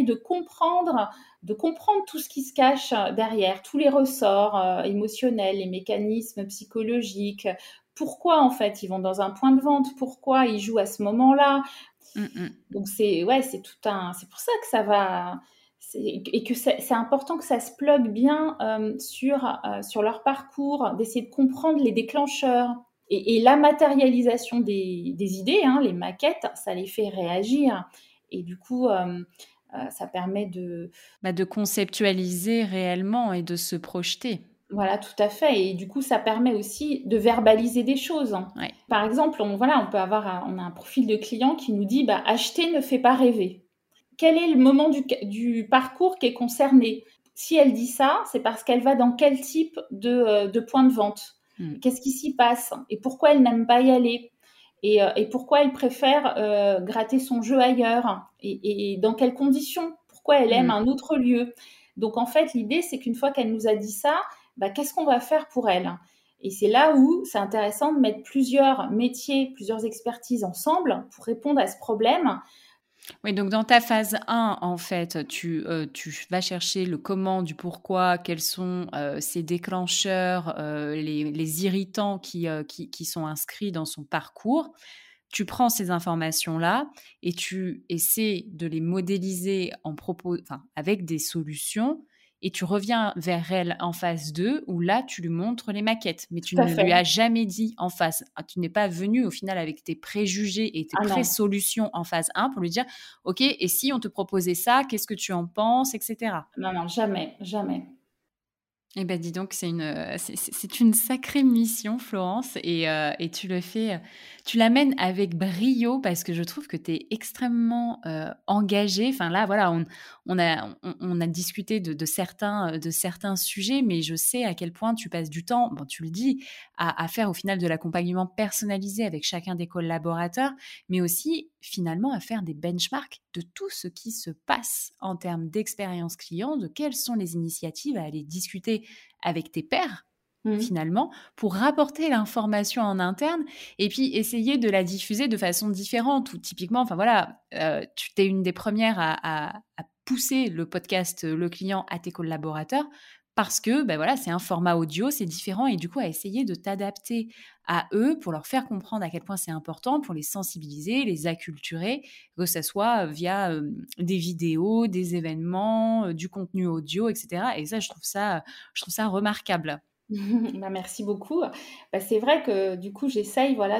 de comprendre tout ce qui se cache derrière, tous les ressorts émotionnels, les mécanismes psychologiques. Pourquoi en fait ils vont dans un point de vente? Pourquoi ils jouent à ce moment-là? Mmh mh. Donc c'est pour ça que ça va, et que c'est important que ça se plug bien sur leur parcours, d'essayer de comprendre les déclencheurs. Et la matérialisation des idées, les maquettes, ça les fait réagir. Et du coup, ça permet de, Bah, de conceptualiser réellement et de se projeter. voilà, tout à fait. Et du coup, ça permet aussi de verbaliser des choses. Ouais. Par exemple, on peut avoir on a un profil de client qui nous dit, bah, acheter ne fait pas rêver. Quel est le moment du parcours qui est concerné? Si elle dit ça, c'est parce qu'elle va dans quel type de point de vente? Mmh. Qu'est-ce qui s'y passe? Et pourquoi elle n'aime pas y aller? Et pourquoi elle préfère gratter son jeu ailleurs? Et dans quelles conditions? Pourquoi elle aime Mmh. un autre lieu? Donc en fait, l'idée, c'est qu'une fois qu'elle nous a dit ça, bah, qu'est-ce qu'on va faire pour elle? Et c'est là où c'est intéressant de mettre plusieurs métiers, plusieurs expertises ensemble pour répondre à ce problème. Oui, donc dans ta phase 1, en fait, tu vas chercher le comment, du pourquoi, quels sont, ces déclencheurs, les irritants qui sont inscrits dans son parcours. Tu prends ces informations-là et tu essaies de les modéliser enfin, avec des solutions, et tu reviens vers elle en phase 2 où là, tu lui montres les maquettes. Mais tu Tout à ne fait. lui as jamais dit en face, tu n'es pas venu au final avec tes préjugés et tes Ah non, pré-solutions en phase 1 pour lui dire: «OK, et si on te proposait ça, qu'est-ce que tu en penses?» et cetera. non, non, jamais, jamais. Eh ben, dis donc, c'est une sacrée mission, Florence, et tu le fais, tu l'amènes avec brio parce que je trouve que tu es extrêmement, engagée. Enfin là, voilà, on a discuté de certains sujets, mais je sais à quel point tu passes du temps, bon, tu le dis, à faire au final de l'accompagnement personnalisé avec chacun des collaborateurs, mais aussi finalement à faire des benchmarks de tout ce qui se passe en termes d'expérience client, de quelles sont les initiatives à aller discuter avec tes pairs, Mmh. finalement, pour rapporter l'information en interne et puis essayer de la diffuser de façon différente. Ou typiquement, enfin voilà, tu es une des premières à pousser le podcast Le Client à tes collaborateurs parce que ben voilà, c'est un format audio, c'est différent, et du coup à essayer de t'adapter à eux pour leur faire comprendre à quel point c'est important, pour les sensibiliser, les acculturer, que ça soit via des vidéos, des événements, du contenu audio, etc. Et ça, je trouve ça remarquable. Bah, merci beaucoup. Bah, c'est vrai que du coup, j'essaye, voilà,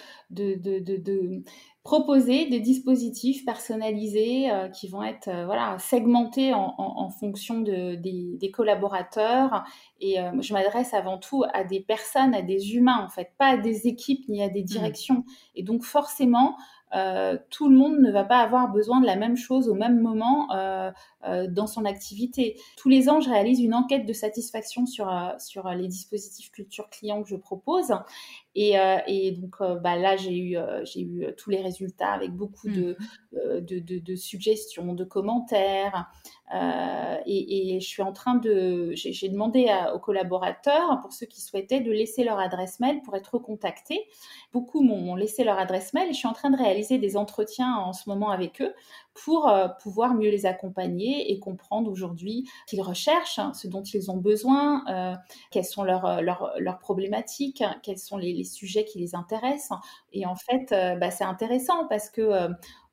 de proposer des dispositifs personnalisés, qui vont être, voilà, segmentés en fonction des collaborateurs. Et je m'adresse avant tout à des personnes, à des humains, en fait, pas à des équipes ni à des Mmh. directions. Et donc forcément, tout le monde ne va pas avoir besoin de la même chose au même moment, dans son activité. Tous les ans, je réalise une enquête de satisfaction sur les dispositifs culture client que je propose. Et donc, bah, là, j'ai eu tous les résultats avec beaucoup Mmh. de suggestions, de commentaires. Et je suis en train j'ai demandé aux collaborateurs, pour ceux qui souhaitaient, de laisser leur adresse mail pour être contactés. Beaucoup m'ont laissé leur adresse mail, et je suis en train de réaliser des entretiens en ce moment avec eux pour pouvoir mieux les accompagner et comprendre aujourd'hui ce qu'ils recherchent, ce dont ils ont besoin, quelles sont leurs problématiques, quels sont les sujets qui les intéressent. Et en fait, bah, c'est intéressant parce que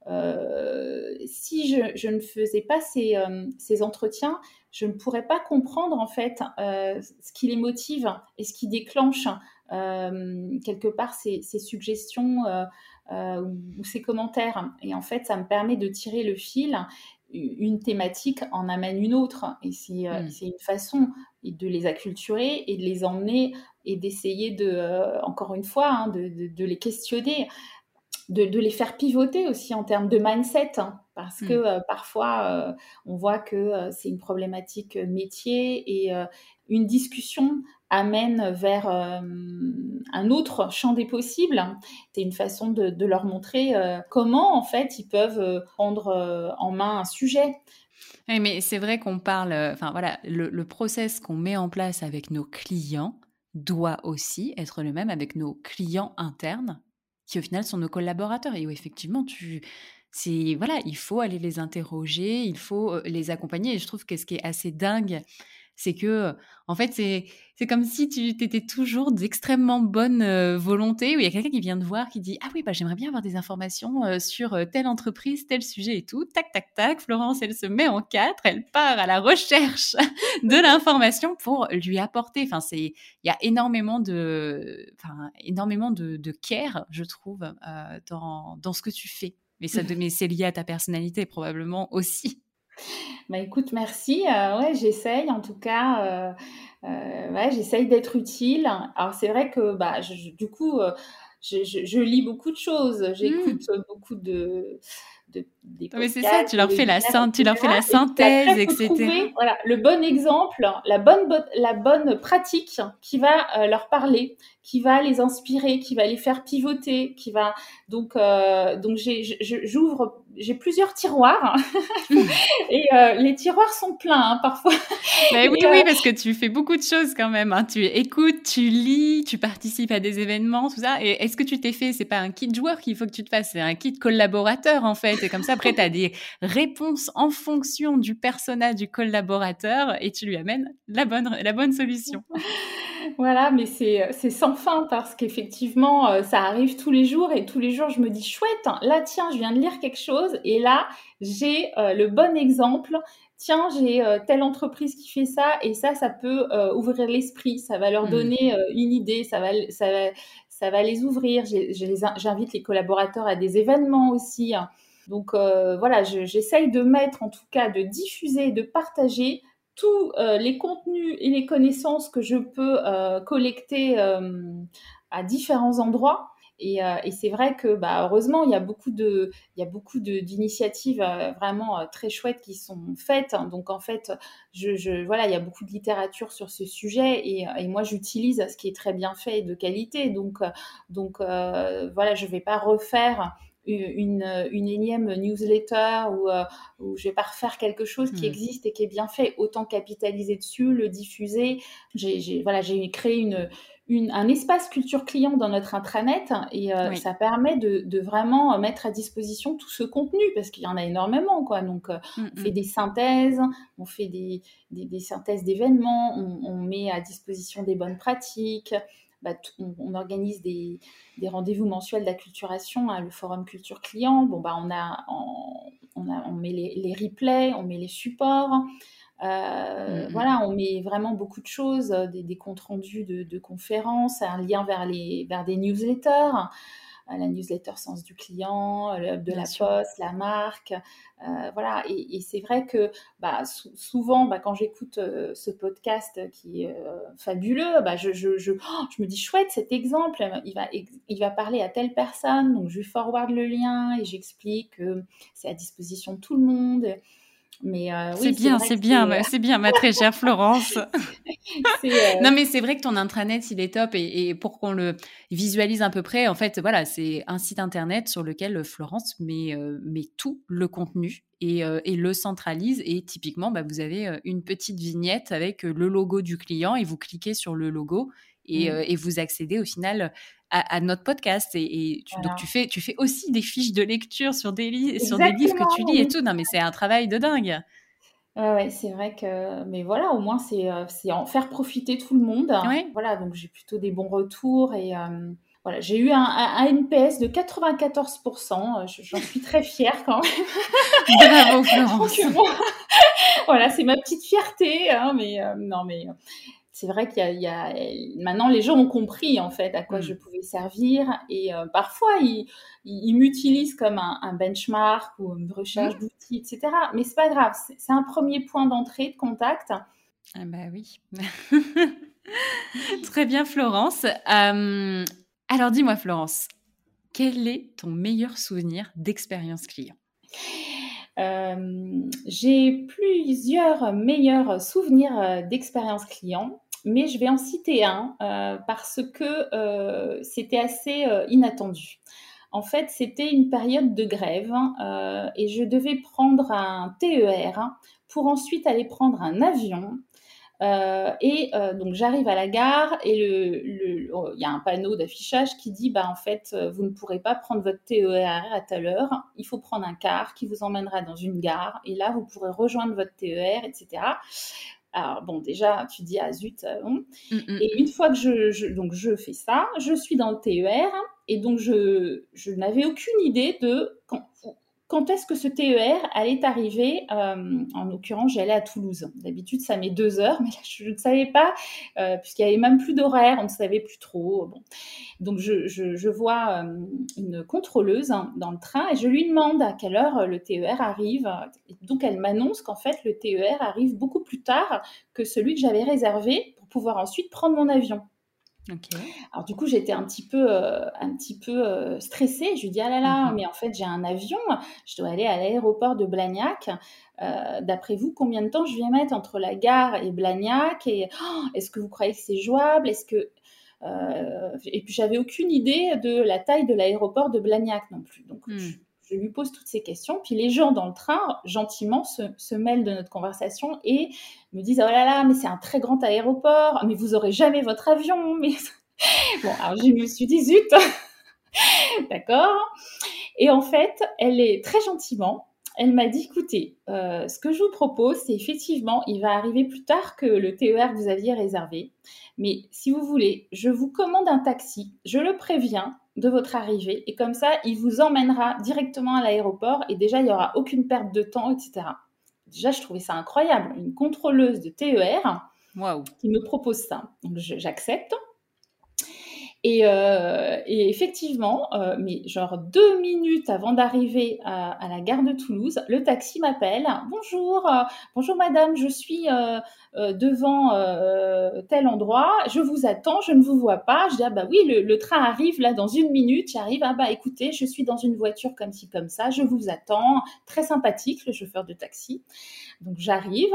si je ne faisais pas ces entretiens, je ne pourrais pas comprendre en fait ce qui les motive et ce qui déclenche quelque part ces suggestions ou ces commentaires. Et en fait, ça me permet de tirer le fil. Une thématique en amène une autre, et Mmh. c'est une façon de les acculturer et de les emmener, et d'essayer encore une fois, de les questionner, de les faire pivoter aussi en termes de mindset, parce que Mmh. parfois on voit que c'est une problématique métier, et une discussion amène vers un autre champ des possibles. C'est une façon de leur montrer comment en fait ils peuvent prendre en main un sujet. Oui, mais c'est vrai qu'on parle, enfin voilà, le process qu'on met en place avec nos clients, doit aussi être le même avec nos clients internes, qui au final sont nos collaborateurs et où effectivement voilà, il faut aller les interroger, il faut les accompagner. Et je trouve que ce qui est assez dingue, c'est que, en fait, c'est comme si tu étais toujours d'extrêmement bonne volonté, où il y a quelqu'un qui vient te voir, qui dit: «Ah oui, bah, j'aimerais bien avoir des informations sur telle entreprise, tel sujet et tout». Tac, tac, tac, Florence, elle se met en 4, elle part à la recherche de l'information pour lui apporter. Enfin, il y a énormément de care, je trouve, dans ce que tu fais. Mais c'est lié à ta personnalité probablement aussi. Bah, écoute, merci. Ouais, j'essaye en tout cas, ouais, j'essaye d'être utile. Alors c'est vrai que, bah, du coup, je lis beaucoup de choses. Mmh. J'écoute, beaucoup des Non, mais c'est ça, podcasts, des webinaires et tu leur fais cetera la et puis synthèse, après, et faut trouver, cetera. voilà, le bon exemple, la bonne pratique qui va, leur parler, qui va les inspirer, qui va les faire pivoter, qui va donc j'ai plusieurs tiroirs et les tiroirs sont pleins, hein, parfois. Beh, oui, Et oui, parce que tu fais beaucoup de choses quand même, hein. Tu écoutes, tu lis, tu participes à des événements, tout ça. Et est-ce que tu t'es fait, c'est pas un kit joueur qu'il faut que tu te fasses, c'est un kit collaborateur, en fait. Et comme ça, après, tu as des réponses en fonction du persona du collaborateur et tu lui amènes la bonne solution. voilà, mais c'est sans fin parce qu'effectivement, ça arrive tous les jours et tous les jours, je me dis: «Chouette, là, tiens, je viens de lire quelque chose et là, j'ai, le bon exemple. Tiens, j'ai, telle entreprise qui fait ça et ça peut, ouvrir l'esprit. Ça va leur Mmh. donner, une idée, ça va les ouvrir». J'invite les collaborateurs à des événements aussi, hein. Donc voilà, j'essaye de mettre, en tout cas, de diffuser, de partager tous les contenus et les connaissances que je peux collecter à différents endroits. Et c'est vrai que, bah, heureusement, il y a beaucoup d'initiatives vraiment très chouettes qui sont faites. Donc, en fait, voilà, il y a beaucoup de littérature sur ce sujet et moi, j'utilise ce qui est très bien fait et de qualité. Voilà, je ne vais pas refaire une énième newsletter ou je vais pas refaire quelque chose qui Mmh. existe et qui est bien fait. Autant capitaliser dessus, le diffuser. Voilà, j'ai créé un espace culture client dans notre intranet et Oui. ça permet de vraiment mettre à disposition tout ce contenu parce qu'il y en a énormément, quoi. Donc, Mmh on fait mh. des synthèses, on fait des synthèses d'événements, on met à disposition des bonnes pratiques. Bah, on organise des rendez-vous mensuels d'acculturation, hein, le forum culture client. Bon, bah, on met les replays, on met les supports. Mmh mh. Voilà, on met vraiment beaucoup de choses, des comptes rendus de conférences, un lien vers des newsletters, la newsletter Sens du client, le hub de Bien la sûr. poste, la marque, voilà. Et c'est vrai que bah, souvent, bah, quand j'écoute ce podcast qui est fabuleux, bah, je me dis chouette cet exemple, il va parler à telle personne, donc je lui forward le lien et j'explique que c'est à disposition de tout le monde. Mais oui, c'est vrai que C'est bien, ma très chère Florence. c'est, Non, mais c'est vrai que ton intranet, il est top et pour qu'on le visualise à peu près, en fait, voilà, c'est un site internet sur lequel Florence met tout le contenu et le centralise. Et typiquement, bah, vous avez une petite vignette avec le logo du client et vous cliquez sur le logo et vous accédez au final à notre podcast. Donc, voilà. tu fais aussi des fiches de lecture sur des livres que tu Exactement, lis et oui. tout. Non, mais c'est un travail de dingue. Ouais, ouais, c'est vrai que mais voilà, au moins c'est en faire profiter tout le monde. Ouais. Voilà, donc j'ai plutôt des bons retours et voilà, j'ai eu un NPS de 94. J'en suis très fière quand même. Bravo, Donc Florence. bon, voilà, c'est ma petite fierté, hein, mais non, mais c'est vrai qu'il y a maintenant les gens ont compris en fait à quoi je Mmh. pouvais servir et parfois ils m'utilisent comme un benchmark ou une recherche Mmh. d'outils et cetera. Mais c'est pas grave, c'est un premier point d'entrée, de contact. Ah bah oui. Très bien, Florence. Alors dis-moi, Florence, quel est ton meilleur souvenir d'expérience client? J'ai plusieurs meilleurs souvenirs, d'expérience client, mais je vais en citer un, parce que, c'était assez, inattendu. En fait, c'était une période de grève, et je devais prendre un TER pour ensuite aller prendre un avion, Donc j'arrive à la gare et il y a un panneau d'affichage qui dit en fait vous ne pourrez pas prendre votre TER à telle heure, il faut prendre un car qui vous emmènera dans une gare et là vous pourrez rejoindre votre TER, etc. Alors bon, déjà tu dis ah zut, bon. Et une fois que je fais ça, je suis dans le TER et donc je n'avais aucune idée de quand est-ce que ce TER allait arriver. En l'occurrence, j'allais à Toulouse. D'habitude, ça met 2 heures, mais là, je ne savais pas, puisqu'il n'y avait même plus d'horaire, on ne savait plus trop. Bon. Donc, je vois une contrôleuse dans le train et je lui demande à quelle heure le TER arrive. Et donc, elle m'annonce qu'en fait, le TER arrive beaucoup plus tard que celui que j'avais réservé pour pouvoir ensuite prendre mon avion. Okay. Alors du coup, j'étais un petit peu stressée. Je lui dis ah là là, mais en fait j'ai un avion, je dois aller à l'aéroport de Blagnac. D'après vous, combien de temps je vais mettre entre la gare et Blagnac et est-ce que vous croyez que c'est jouable? Et puis j'avais aucune idée de la taille de l'aéroport de Blagnac non plus. Donc je lui pose toutes ces questions. Puis les gens dans le train, gentiment, se mêlent de notre conversation et me disent « Oh là là, mais c'est un très grand aéroport, mais vous aurez jamais votre avion. » Mais... Bon, alors je me suis dit « Zut !» D'accord. Et en fait, elle est très gentiment, elle m'a dit « Écoutez, ce que je vous propose, c'est effectivement, il va arriver plus tard que le TER que vous aviez réservé. Mais si vous voulez, je vous commande un taxi, je le préviens de votre arrivée et comme ça, il vous emmènera directement à l'aéroport et déjà, il n'y aura aucune perte de temps, etc. » Déjà, je trouvais ça incroyable. Une contrôleuse de TER qui me propose ça. Donc, j'accepte. Et effectivement, mais genre 2 minutes avant d'arriver à la gare de Toulouse, le taxi m'appelle. Bonjour madame, je suis devant tel endroit, je vous attends, je ne vous vois pas. Je dis ah bah oui, le train arrive là dans 1 minute, j'arrive. Ah bah écoutez, je suis dans une voiture comme ci comme ça, je vous attends. Très sympathique le chauffeur de taxi. Donc j'arrive,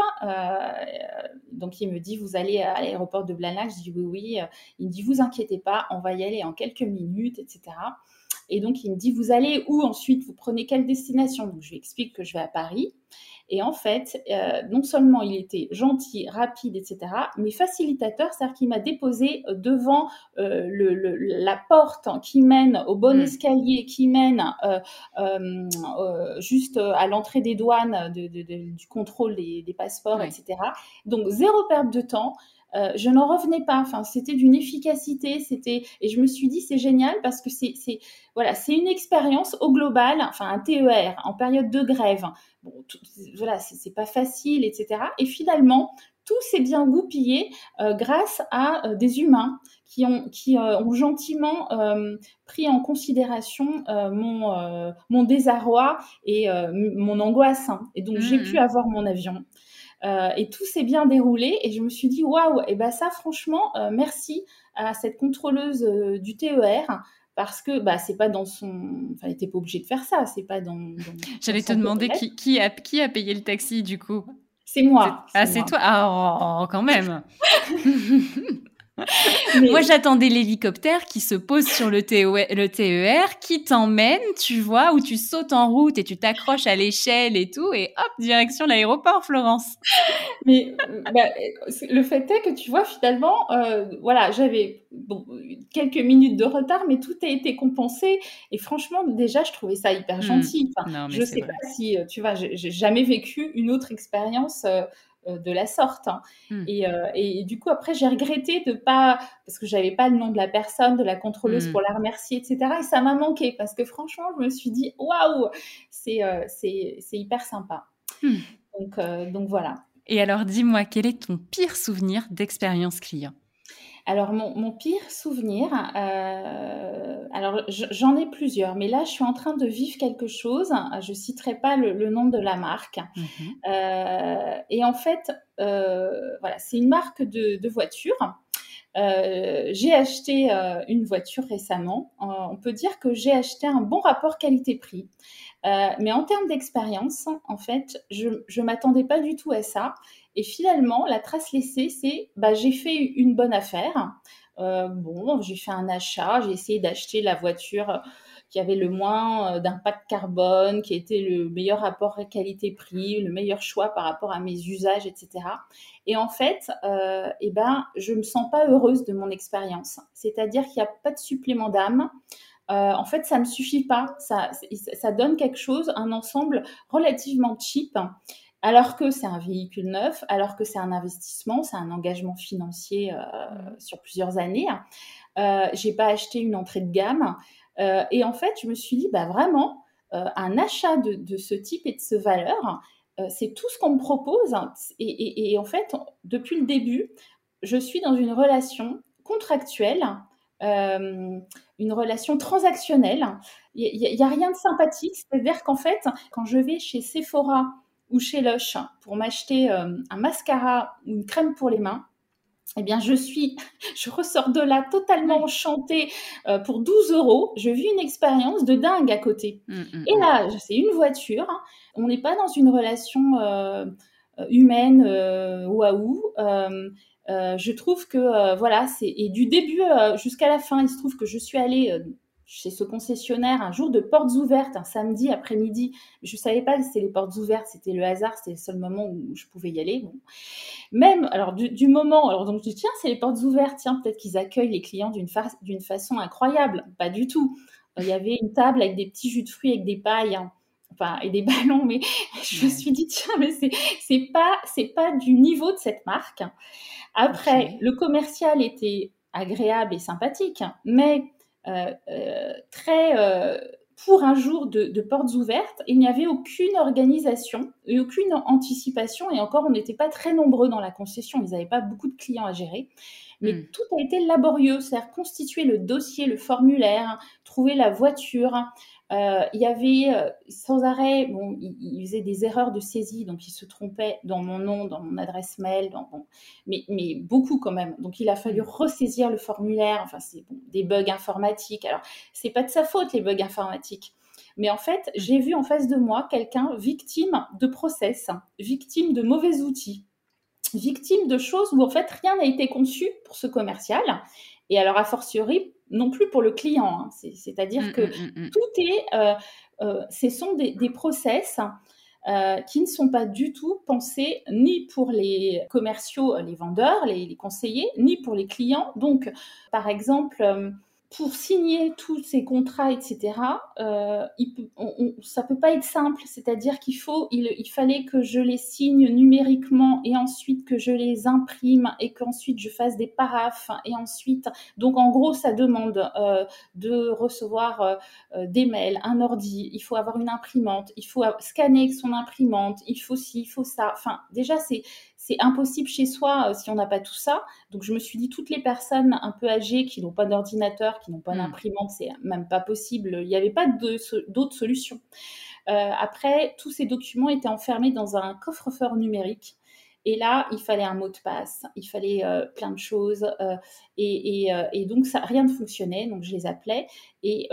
donc il me dit vous allez à l'aéroport de Blagnac. Je dis oui. Il me dit vous inquiétez pas, on va y aller en quelques minutes, etc. Et donc il me dit vous allez où ensuite, vous prenez quelle destination? Donc je lui explique que je vais à Paris. Et en fait, non seulement il était gentil, rapide, etc., mais facilitateur, c'est-à-dire qu'il m'a déposé devant la porte qui mène au bon escalier, qui mène juste à l'entrée des douanes du contrôle des passeports, etc. Donc, zéro perte de temps. Je n'en revenais pas. Enfin, c'était d'une efficacité. Et je me suis dit, c'est génial parce que c'est une expérience au global. Enfin, un TER en période de grève. Bon, c'est pas facile, etc. Et finalement, tout s'est bien goupillé grâce à des humains qui ont gentiment pris en considération mon désarroi et mon angoisse. Et donc, j'ai pu avoir mon avion. Et tout s'est bien déroulé et je me suis dit waouh, et ben ça franchement merci à cette contrôleuse du TER parce que c'est pas dans son, enfin elle était pas obligée de faire ça, c'est pas dans J'allais te demander qui a payé le taxi du coup. C'est moi. C'est toi. Ah quand même. Moi, j'attendais l'hélicoptère qui se pose sur le TER, qui t'emmène, tu vois, où tu sautes en route et tu t'accroches à l'échelle et tout, et hop, direction l'aéroport, Florence. Mais le fait est que tu vois, finalement, j'avais quelques minutes de retard, mais tout a été compensé. Et franchement, déjà, je trouvais ça hyper gentil. Enfin, je sais pas si, tu vois, j'ai jamais vécu une autre expérience de la sorte. Et du coup, après, j'ai regretté de pas, parce que j'avais pas le nom de la personne, de la contrôleuse pour la remercier, etc. Et ça m'a manqué parce que franchement, je me suis dit, waouh, c'est hyper sympa. Donc voilà. Et alors, dis-moi, quel est ton pire souvenir d'expérience client? Alors, mon pire souvenir, alors j'en ai plusieurs, mais là, je suis en train de vivre quelque chose. Je ne citerai pas le nom de la marque. Et en fait, c'est une marque de voiture. J'ai acheté une voiture récemment. On peut dire que j'ai acheté un bon rapport qualité-prix. Mais en termes d'expérience, en fait, je ne m'attendais pas du tout à ça. Et finalement, la trace laissée, c'est j'ai fait une bonne affaire. Bon, j'ai fait un achat, j'ai essayé d'acheter la voiture qui avait le moins d'impact carbone, qui était le meilleur rapport qualité-prix, le meilleur choix par rapport à mes usages, etc. Et en fait, je me sens pas heureuse de mon expérience. C'est-à-dire qu'il n'y a pas de supplément d'âme. En fait, ça me suffit pas. Ça donne quelque chose, un ensemble relativement cheap, alors que c'est un véhicule neuf, alors que c'est un investissement, c'est un engagement financier sur plusieurs années. J'ai pas acheté une entrée de gamme. Et en fait, je me suis dit, bah vraiment, un achat de ce type et de ce valeur, c'est tout ce qu'on me propose. Et en fait, depuis le début, je suis dans une relation contractuelle, euh, une relation transactionnelle. Il y a rien de sympathique. C'est-à-dire qu'en fait, quand je vais chez Sephora ou chez Lush pour m'acheter un mascara ou une crème pour les mains, eh bien, je ressors de là totalement Ouais. enchantée pour 12 euros. Je vis une expérience de dingue à côté. Et là, c'est une voiture. On n'est pas dans une relation humaine, waouh. Je trouve que, voilà, et du début jusqu'à la fin, il se trouve que je suis allée chez ce concessionnaire un jour de portes ouvertes, un samedi après-midi. Je ne savais pas que c'était les portes ouvertes, c'était le hasard, c'était le seul moment où je pouvais y aller. Bon. Même, alors du moment, alors donc je dis, tiens, c'est les portes ouvertes, tiens, peut-être qu'ils accueillent les clients d'une façon incroyable. Pas du tout. Il y avait une table avec des petits jus de fruits avec des pailles, hein, enfin, et des ballons, mais je me suis dit, tiens, mais c'est pas du niveau de cette marque. Après, Ok. le commercial était agréable et sympathique, mais très pour un jour de portes ouvertes, il n'y avait aucune organisation et aucune anticipation, et encore, on n'était pas très nombreux dans la concession, ils n'avaient pas beaucoup de clients à gérer, mais tout a été laborieux, c'est-à-dire constituer le dossier, le formulaire, trouver la voiture. Il y avait sans arrêt, bon, il faisait des erreurs de saisie, donc il se trompait dans mon nom, dans mon adresse mail, mais beaucoup quand même. Donc il a fallu ressaisir le formulaire. Enfin, c'est bon, des bugs informatiques. Alors, c'est pas de sa faute, les bugs informatiques. Mais en fait, j'ai vu en face de moi quelqu'un victime de process, victime de mauvais outils, victime de choses où en fait rien n'a été conçu pour ce commercial. Et alors, a fortiori, non plus pour le client. Hein. C'est-à-dire que tout est, ce sont des process qui ne sont pas du tout pensés ni pour les commerciaux, les vendeurs, les conseillers, ni pour les clients. Donc, par exemple, pour signer tous ces contrats, etc., ça ne peut pas être simple. C'est-à-dire il fallait que je les signe numériquement et ensuite que je les imprime et qu'ensuite je fasse des paraphes. Et ensuite, donc en gros, ça demande de recevoir des mails, un ordi, il faut avoir une imprimante, il faut scanner avec son imprimante, il faut ci, il faut ça. Enfin, déjà, c'est impossible chez soi si on n'a pas tout ça. Donc, je me suis dit, toutes les personnes un peu âgées qui n'ont pas d'ordinateur, qui n'ont pas d'imprimante, c'est même pas possible. Il n'y avait pas d'autres solutions. Après, tous ces documents étaient enfermés dans un coffre-fort numérique. Et là, il fallait un mot de passe, il fallait plein de choses. Et donc, rien ne fonctionnait. Donc, je les appelais et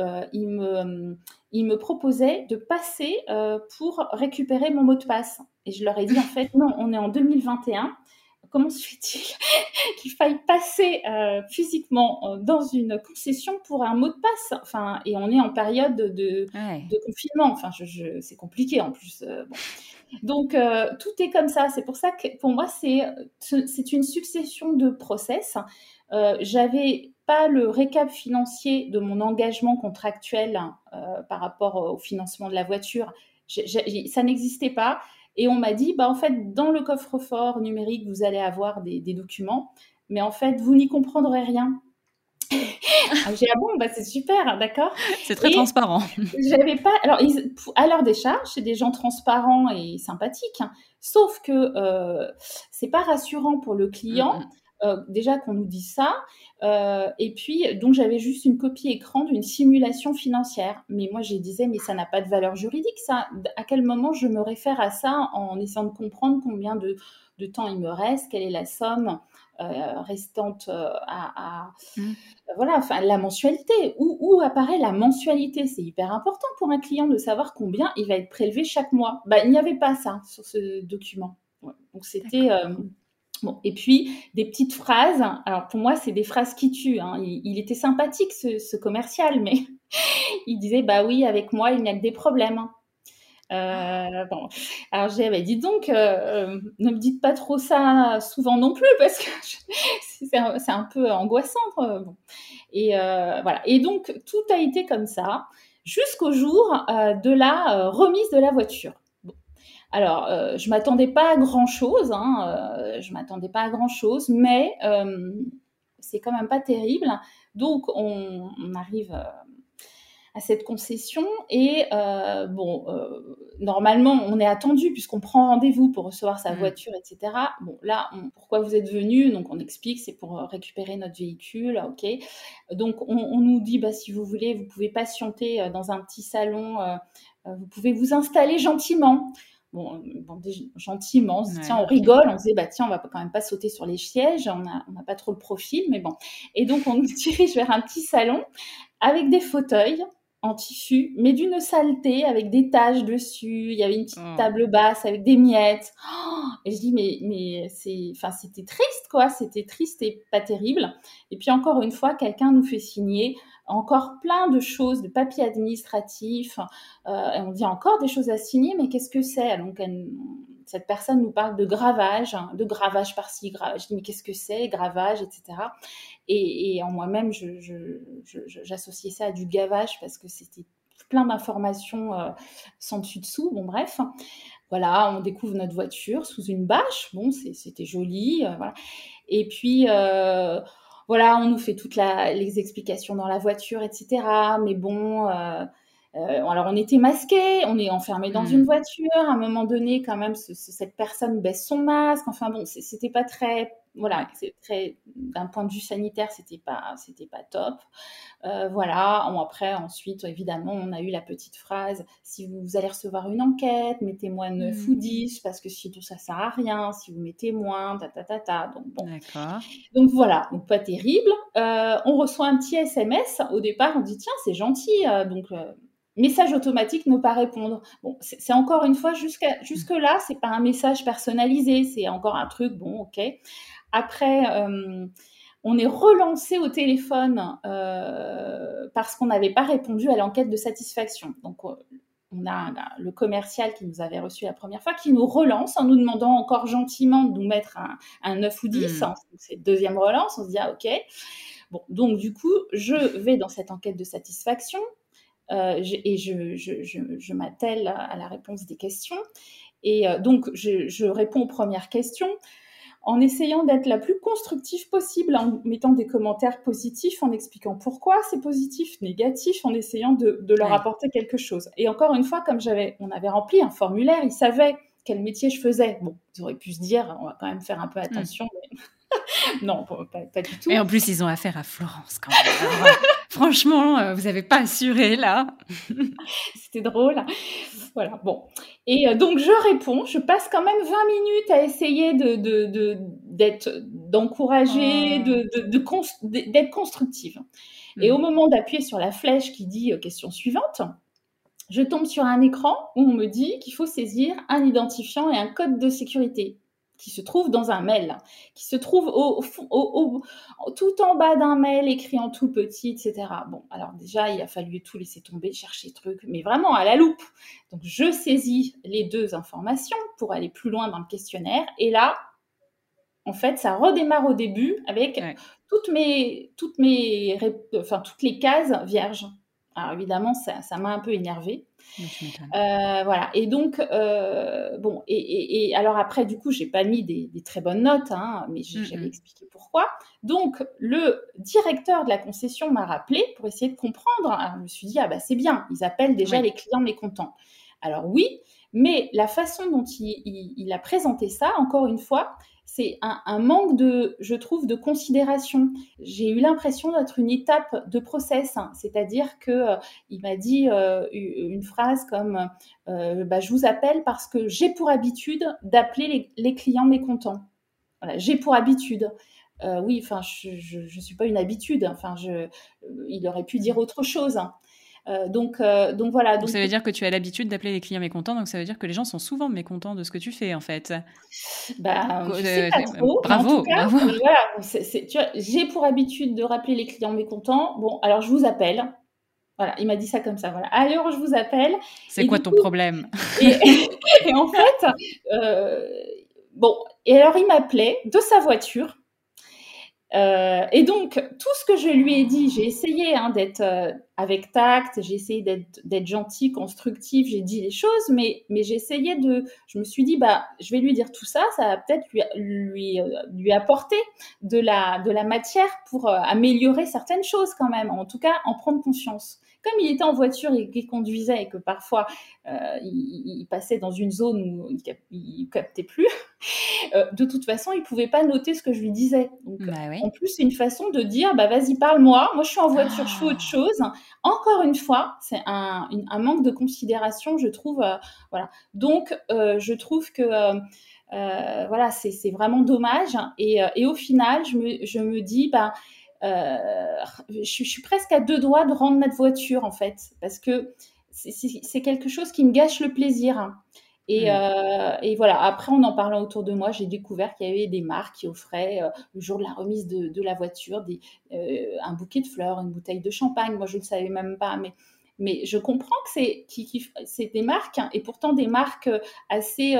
ils me proposaient de passer pour récupérer mon mot de passe. Et je leur ai dit, en fait, non, on est en 2021. Comment se fait-il qu'il faille passer physiquement dans une concession pour un mot de passe? Enfin, et on est en période de confinement. Enfin, c'est compliqué en plus. Bon. Donc, tout est comme ça. C'est pour ça que pour moi, c'est une succession de process. J'avais pas le récap financier de mon engagement contractuel par rapport au financement de la voiture. Ça n'existait pas. Et on m'a dit, bah, en fait, dans le coffre-fort numérique, vous allez avoir des documents, mais en fait, vous n'y comprendrez rien. J'ai dit, ah bon, bah, c'est super, d'accord. C'est très Et transparent. j'avais pas. Alors, à leur décharge, c'est des gens transparents et sympathiques, hein, sauf que c'est pas rassurant pour le client. Déjà qu'on nous dise ça, et puis donc j'avais juste une copie écran d'une simulation financière. Mais moi je disais mais ça n'a pas de valeur juridique ça. À quel moment je me réfère à ça en essayant de comprendre combien de temps il me reste, quelle est la somme restante voilà, enfin la mensualité. Où apparaît la mensualité? C'est hyper important pour un client de savoir combien il va être prélevé chaque mois. Bah, il n'y avait pas ça sur ce document. Ouais. Donc c'était Bon, et puis des petites phrases. Alors pour moi, c'est des phrases qui tuent, hein. Il était sympathique ce commercial, mais il disait: «Bah oui, avec moi, il n'y a que des problèmes, hein». Bon, alors j'ai dit: «Bah dis donc, ne me dites pas trop ça souvent non plus parce que c'est un peu angoissant, bon». Et voilà, et donc tout a été comme ça jusqu'au jour, de la, remise de la voiture. Bon, alors, je m'attendais pas à grand-chose, hein, je m'attendais pas à grand-chose, mais c'est quand même pas terrible. Donc on arrive, à cette concession et bon, normalement, on est attendu puisqu'on prend rendez-vous pour recevoir sa voiture et cetera. Bon, là, pourquoi vous êtes venus? Donc on explique, c'est pour, récupérer notre véhicule, OK. Donc on nous dit: «Bah, si vous voulez, vous pouvez patienter, dans un petit salon, vous pouvez vous installer gentiment». Bon, gentiment, on se dit: «Tiens», on OK. rigole, on se dit: «Bah, tiens, on va quand même pas sauter sur les sièges», on a pas trop le profil, mais bon, et donc on nous dirige vers un petit salon avec des fauteuils en tissu, mais d'une saleté, avec des taches dessus. Il y avait une petite Oh. table basse avec des miettes. Oh, et je dis: mais c'était triste, quoi. C'était triste et pas terrible. Et puis encore une fois, quelqu'un nous fait signer encore plein de choses, de papiers administratifs. Et on dit encore des choses à signer, mais qu'est-ce que c'est? Donc cette personne nous parle de gravage par-ci, gravage. Je dis: mais qu'est-ce que c'est, gravage, etc. Et en moi-même, j'associais ça à du gavage parce que c'était plein d'informations sans dessus-dessous. Bon, bref, voilà, on découvre notre voiture sous une bâche. Bon, c'était joli, voilà. Et puis, voilà, on nous fait toutes les explications dans la voiture, etc. Mais bon, alors on était masqués, on est enfermés dans une voiture. À un moment donné, quand même, cette personne baisse son masque. Enfin bon, c'était pas très, voilà, c'est très, d'un point de vue sanitaire, c'était pas top. Voilà. Après, ensuite, évidemment, on a eu la petite phrase: si vous allez recevoir une enquête, mettez-moi 9 ou 10 parce que sinon ça sert à rien. Si vous mettez moins, Donc bon. D'accord. Donc voilà, donc pas terrible. On reçoit un petit SMS. Au départ, on dit: tiens, c'est gentil. Donc message automatique, ne pas répondre. Bon, c'est encore une fois, jusque-là, c'est pas un message personnalisé, c'est encore un truc, bon, ok. Après, on est relancé au téléphone parce qu'on n'avait pas répondu à l'enquête de satisfaction. Donc, on a le commercial qui nous avait reçu la première fois qui nous relance en nous demandant encore gentiment de nous mettre un 9 ou 10. C'est la deuxième relance, on se dit: ah, ok. Bon, donc du coup, je vais dans cette enquête de satisfaction et je m'attelle à la réponse des questions. Et donc, je réponds aux premières questions en essayant d'être la plus constructive possible, en mettant des commentaires positifs, en expliquant pourquoi c'est positif, négatif, en essayant de leur apporter quelque chose. Et encore une fois, comme on avait rempli un formulaire, ils savaient quel métier je faisais. Bon, ils auraient pu se dire, on va quand même faire un peu attention, mais non, pas du tout. Et en plus, ils ont affaire à Florence quand même. Alors, franchement, vous n'avez pas assuré là. C'était drôle. Voilà, bon. Et donc, je réponds. Je passe quand même 20 minutes à essayer d'encourager, d'être constructive. Et au moment d'appuyer sur la flèche qui dit question suivante, je tombe sur un écran où on me dit qu'il faut saisir un identifiant et un code de sécurité qui se trouve dans un mail, qui se trouve tout en bas d'un mail, écrit en tout petit, etc. Bon, alors déjà, il a fallu tout laisser tomber, chercher le truc, mais vraiment à la loupe. Donc, je saisis les deux informations pour aller plus loin dans le questionnaire. Et là, en fait, ça redémarre au début avec toutes les cases vierges. Alors évidemment, ça m'a un peu énervée. Voilà. Et donc, bon, et alors après, du coup, j'ai pas mis des très bonnes notes, hein, mais j'avais expliqué pourquoi. Donc, le directeur de la concession m'a rappelé pour essayer de comprendre. Alors, je me suis dit, ah bah c'est bien, ils appellent déjà les clients mécontents. Alors oui, mais la façon dont il a présenté ça, encore une fois, c'est un manque je trouve, de considération. J'ai eu l'impression d'être une étape de process, hein, c'est-à-dire que il m'a dit une phrase comme je vous appelle parce que j'ai pour habitude d'appeler les clients mécontents. Voilà, j'ai pour habitude. Oui, enfin, je suis pas une habitude. Enfin, il aurait pu dire autre chose. Hein. Donc voilà. Donc Donc ça veut dire que tu as l'habitude d'appeler les clients mécontents, donc ça veut dire que les gens sont souvent mécontents de ce que tu fais, en fait. bah, je sais pas trop, mais en tout Bravo, cas, bravo. voilà, tu vois, j'ai pour habitude de rappeler les clients mécontents. Bon, alors je vous appelle. Voilà, il m'a dit ça comme ça. Voilà. Alors je vous appelle. C'est Et quoi du ton coup, problème? et, et en fait, euh, bon, et alors il m'appelait de sa voiture. Et donc, tout ce que je lui ai dit, j'ai essayé d'être avec tact, j'ai essayé d'être gentil, constructif, j'ai dit les choses, mais j'ai essayé je me suis dit, bah, je vais lui dire tout ça, ça va peut-être lui apporter de la matière pour améliorer certaines choses quand même, en tout cas en prendre conscience. Comme il était en voiture et qu'il conduisait et que parfois il passait dans une zone où il captait plus, de toute façon, il pouvait pas noter ce que je lui disais. Donc, Bah en oui. plus, c'est une façon de dire, bah vas-y, parle-moi. Moi, je suis en voiture, je fais autre Ah. chose. Encore une fois, c'est un manque de considération, je trouve. Voilà. Donc, je trouve que voilà, c'est vraiment dommage. Et au final, je me dis, bah, je suis presque à deux doigts de rendre notre voiture, en fait, parce que c'est quelque chose qui me gâche le plaisir. Mmh. Et voilà, après, en parlant autour de moi, j'ai découvert qu'il y avait des marques qui offraient, le jour de la remise de la voiture, un bouquet de fleurs, une bouteille de champagne. Moi, je ne le savais même pas, mais je comprends que c'est des marques, hein, et pourtant des marques assez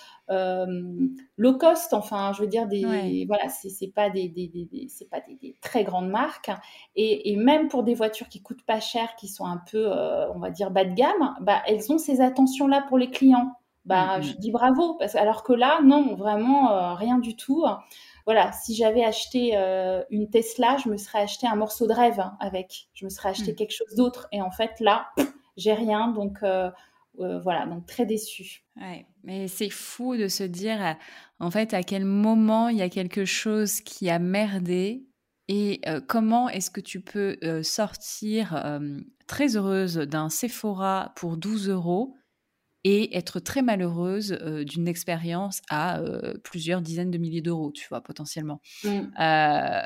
low cost. Enfin, je veux dire, Ouais. voilà, c'est pas c'est pas des très grandes marques. Et même pour des voitures qui coûtent pas cher, qui sont un peu, on va dire, bas de gamme, bah, elles ont ces attentions-là pour les clients. Mmh Bah, je mh. dis bravo, alors que là, non, vraiment rien du tout. Voilà, si j'avais acheté une Tesla, je me serais acheté un morceau de rêve avec. Je me serais acheté Mmh. quelque chose d'autre. Et en fait, là, j'ai rien. Donc voilà, donc très déçue. Ouais, mais c'est fou de se dire, en fait, à quel moment il y a quelque chose qui a merdé et comment est-ce que tu peux, sortir, très heureuse d'un Sephora pour 12 € et être très malheureuse, d'une expérience à, plusieurs dizaines de milliers d'euros, tu vois? Potentiellement. Mm. Heu,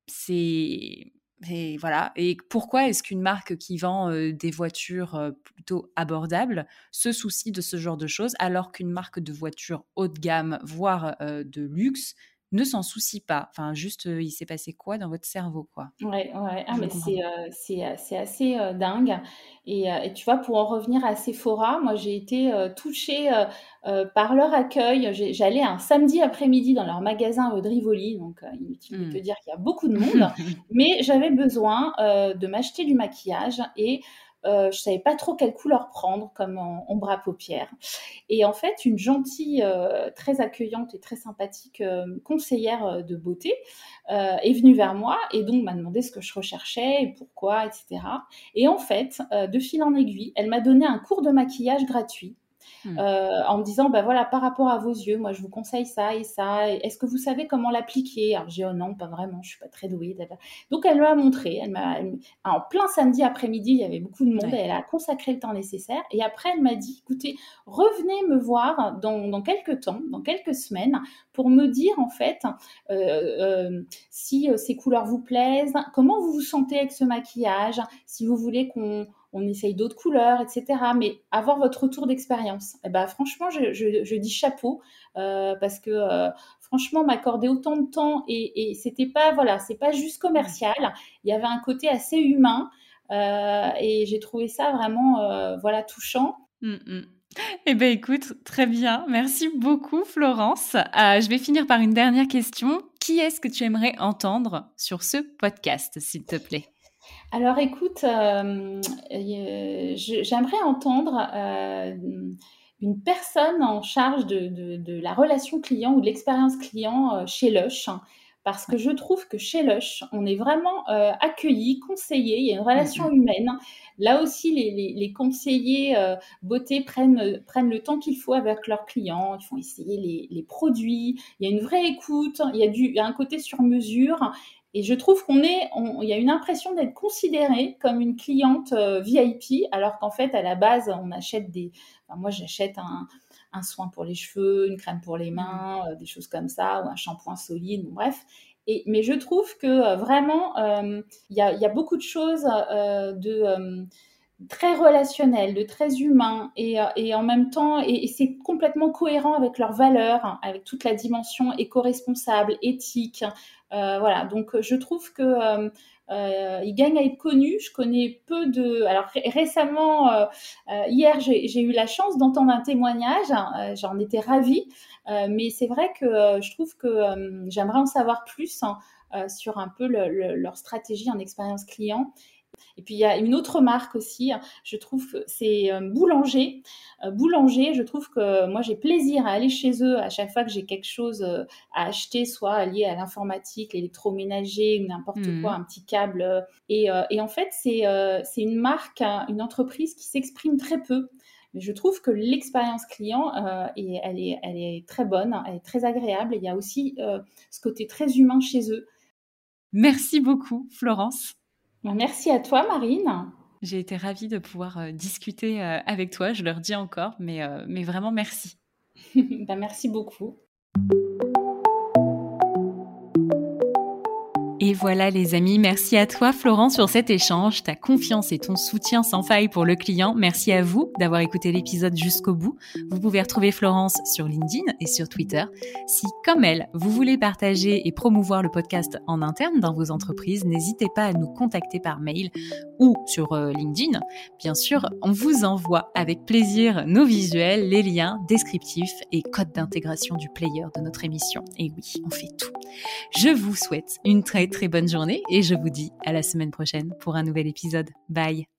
c'est et voilà. Et pourquoi est-ce qu'une marque qui vend, des voitures, plutôt abordables se soucie de ce genre de choses, alors qu'une marque de voitures haut de gamme, voire, de luxe, ne s'en soucie pas? Enfin, juste, il s'est passé quoi dans votre cerveau, quoi? Ouais, ouais. Ah, Je ne mais comprends pas. c'est assez dingue. Et tu vois, pour en revenir à Sephora, moi, j'ai été touchée par leur accueil. J'allais un samedi après-midi dans leur magasin rue de Rivoli, donc inutile de te Mmh. dire qu'il y a beaucoup de monde, mais j'avais besoin de m'acheter du maquillage et je savais pas trop quelle couleur prendre comme ombre à paupières. Et en fait, une gentille, très accueillante et très sympathique conseillère de beauté est venue vers moi et donc m'a demandé ce que je recherchais et pourquoi, etc. Et en fait, de fil en aiguille, elle m'a donné un cours de maquillage gratuit Mmh. en me disant, bah voilà, par rapport à vos yeux, moi je vous conseille ça et ça. Est-ce que vous savez comment l'appliquer? Alors j'ai dit, oh non, pas vraiment, je suis pas très douée. Donc elle m'a montré, en plein samedi après-midi, il y avait beaucoup de monde, et Ouais. elle a consacré le temps nécessaire. Et après, elle m'a dit, écoutez, revenez me voir dans quelques temps, dans quelques semaines, pour me dire en fait si ces couleurs vous plaisent, comment vous vous sentez avec ce maquillage, si vous voulez qu'on essaye d'autres couleurs, etc. Mais avoir votre retour d'expérience. Et ben, franchement, je dis chapeau parce que franchement, m'accorder autant de temps et c'était pas, voilà, c'est pas juste Mmh. commercial. Il y avait un côté assez humain et j'ai trouvé ça vraiment, voilà, touchant. Mmh mh. Eh beh, écoute, très bien. Merci beaucoup Florence. Je vais finir par une dernière question. Qui est-ce que tu aimerais entendre sur ce podcast, s'il te plaît? Alors écoute, j'aimerais entendre une personne en charge de la relation client ou de l'expérience client chez Lush, hein, parce que Ouais. je trouve que chez Lush, on est vraiment accueillis, conseillés, il y a une Mmh relation mh. humaine. Là aussi, les conseillers beauté prennent le temps qu'il faut avec leurs clients, ils font essayer les produits, il y a une vraie écoute, il y a un côté sur mesure. Et je trouve il y a une impression d'être considérée comme une cliente VIP, alors qu'en fait, à la base, on achète enfin, moi, j'achète un soin pour les cheveux, une crème pour les Mmh. mains, des choses comme ça, ou un shampoing solide, bon, bref. Mais je trouve que vraiment, il y a beaucoup de choses très relationnel, de très humain et en même temps et c'est complètement cohérent avec leurs valeurs, hein, avec toute la dimension éco-responsable, éthique. Voilà, donc je trouve que ils gagnent à être connus. Je connais peu de... Alors récemment, hier, j'ai eu la chance d'entendre un témoignage, j'en étais ravie, mais c'est vrai que je trouve que j'aimerais en savoir plus, hein, sur un peu leur stratégie en expérience client. Et puis il y a une autre marque aussi, hein, je trouve, c'est Boulanger. Boulanger, je trouve que moi j'ai plaisir à aller chez eux à chaque fois que j'ai quelque chose à acheter, soit lié à l'informatique, l'électroménager ou n'importe quoi, un petit câble. Et en fait, c'est une marque, hein, une entreprise qui s'exprime très peu. Mais je trouve que l'expérience client, elle est très bonne, elle est très agréable. Et il y a aussi ce côté très humain chez eux. Merci beaucoup, Florence. Merci à toi, Marine. J'ai été ravie de pouvoir discuter avec toi, je le redis encore, mais vraiment merci. Merci beaucoup. Et voilà les amis, merci à toi Florence pour cet échange, ta confiance et ton soutien sans faille pour le client. Merci à vous d'avoir écouté l'épisode jusqu'au bout. Vous pouvez retrouver Florence sur LinkedIn et sur Twitter. Si, comme elle, vous voulez partager et promouvoir le podcast en interne dans vos entreprises, n'hésitez pas à nous contacter par mail ou sur LinkedIn. Bien sûr, on vous envoie avec plaisir nos visuels, les liens descriptifs et codes d'intégration du player de notre émission. Et oui, on fait tout. Je vous souhaite une très bonne journée et je vous dis à la semaine prochaine pour un nouvel épisode. Bye!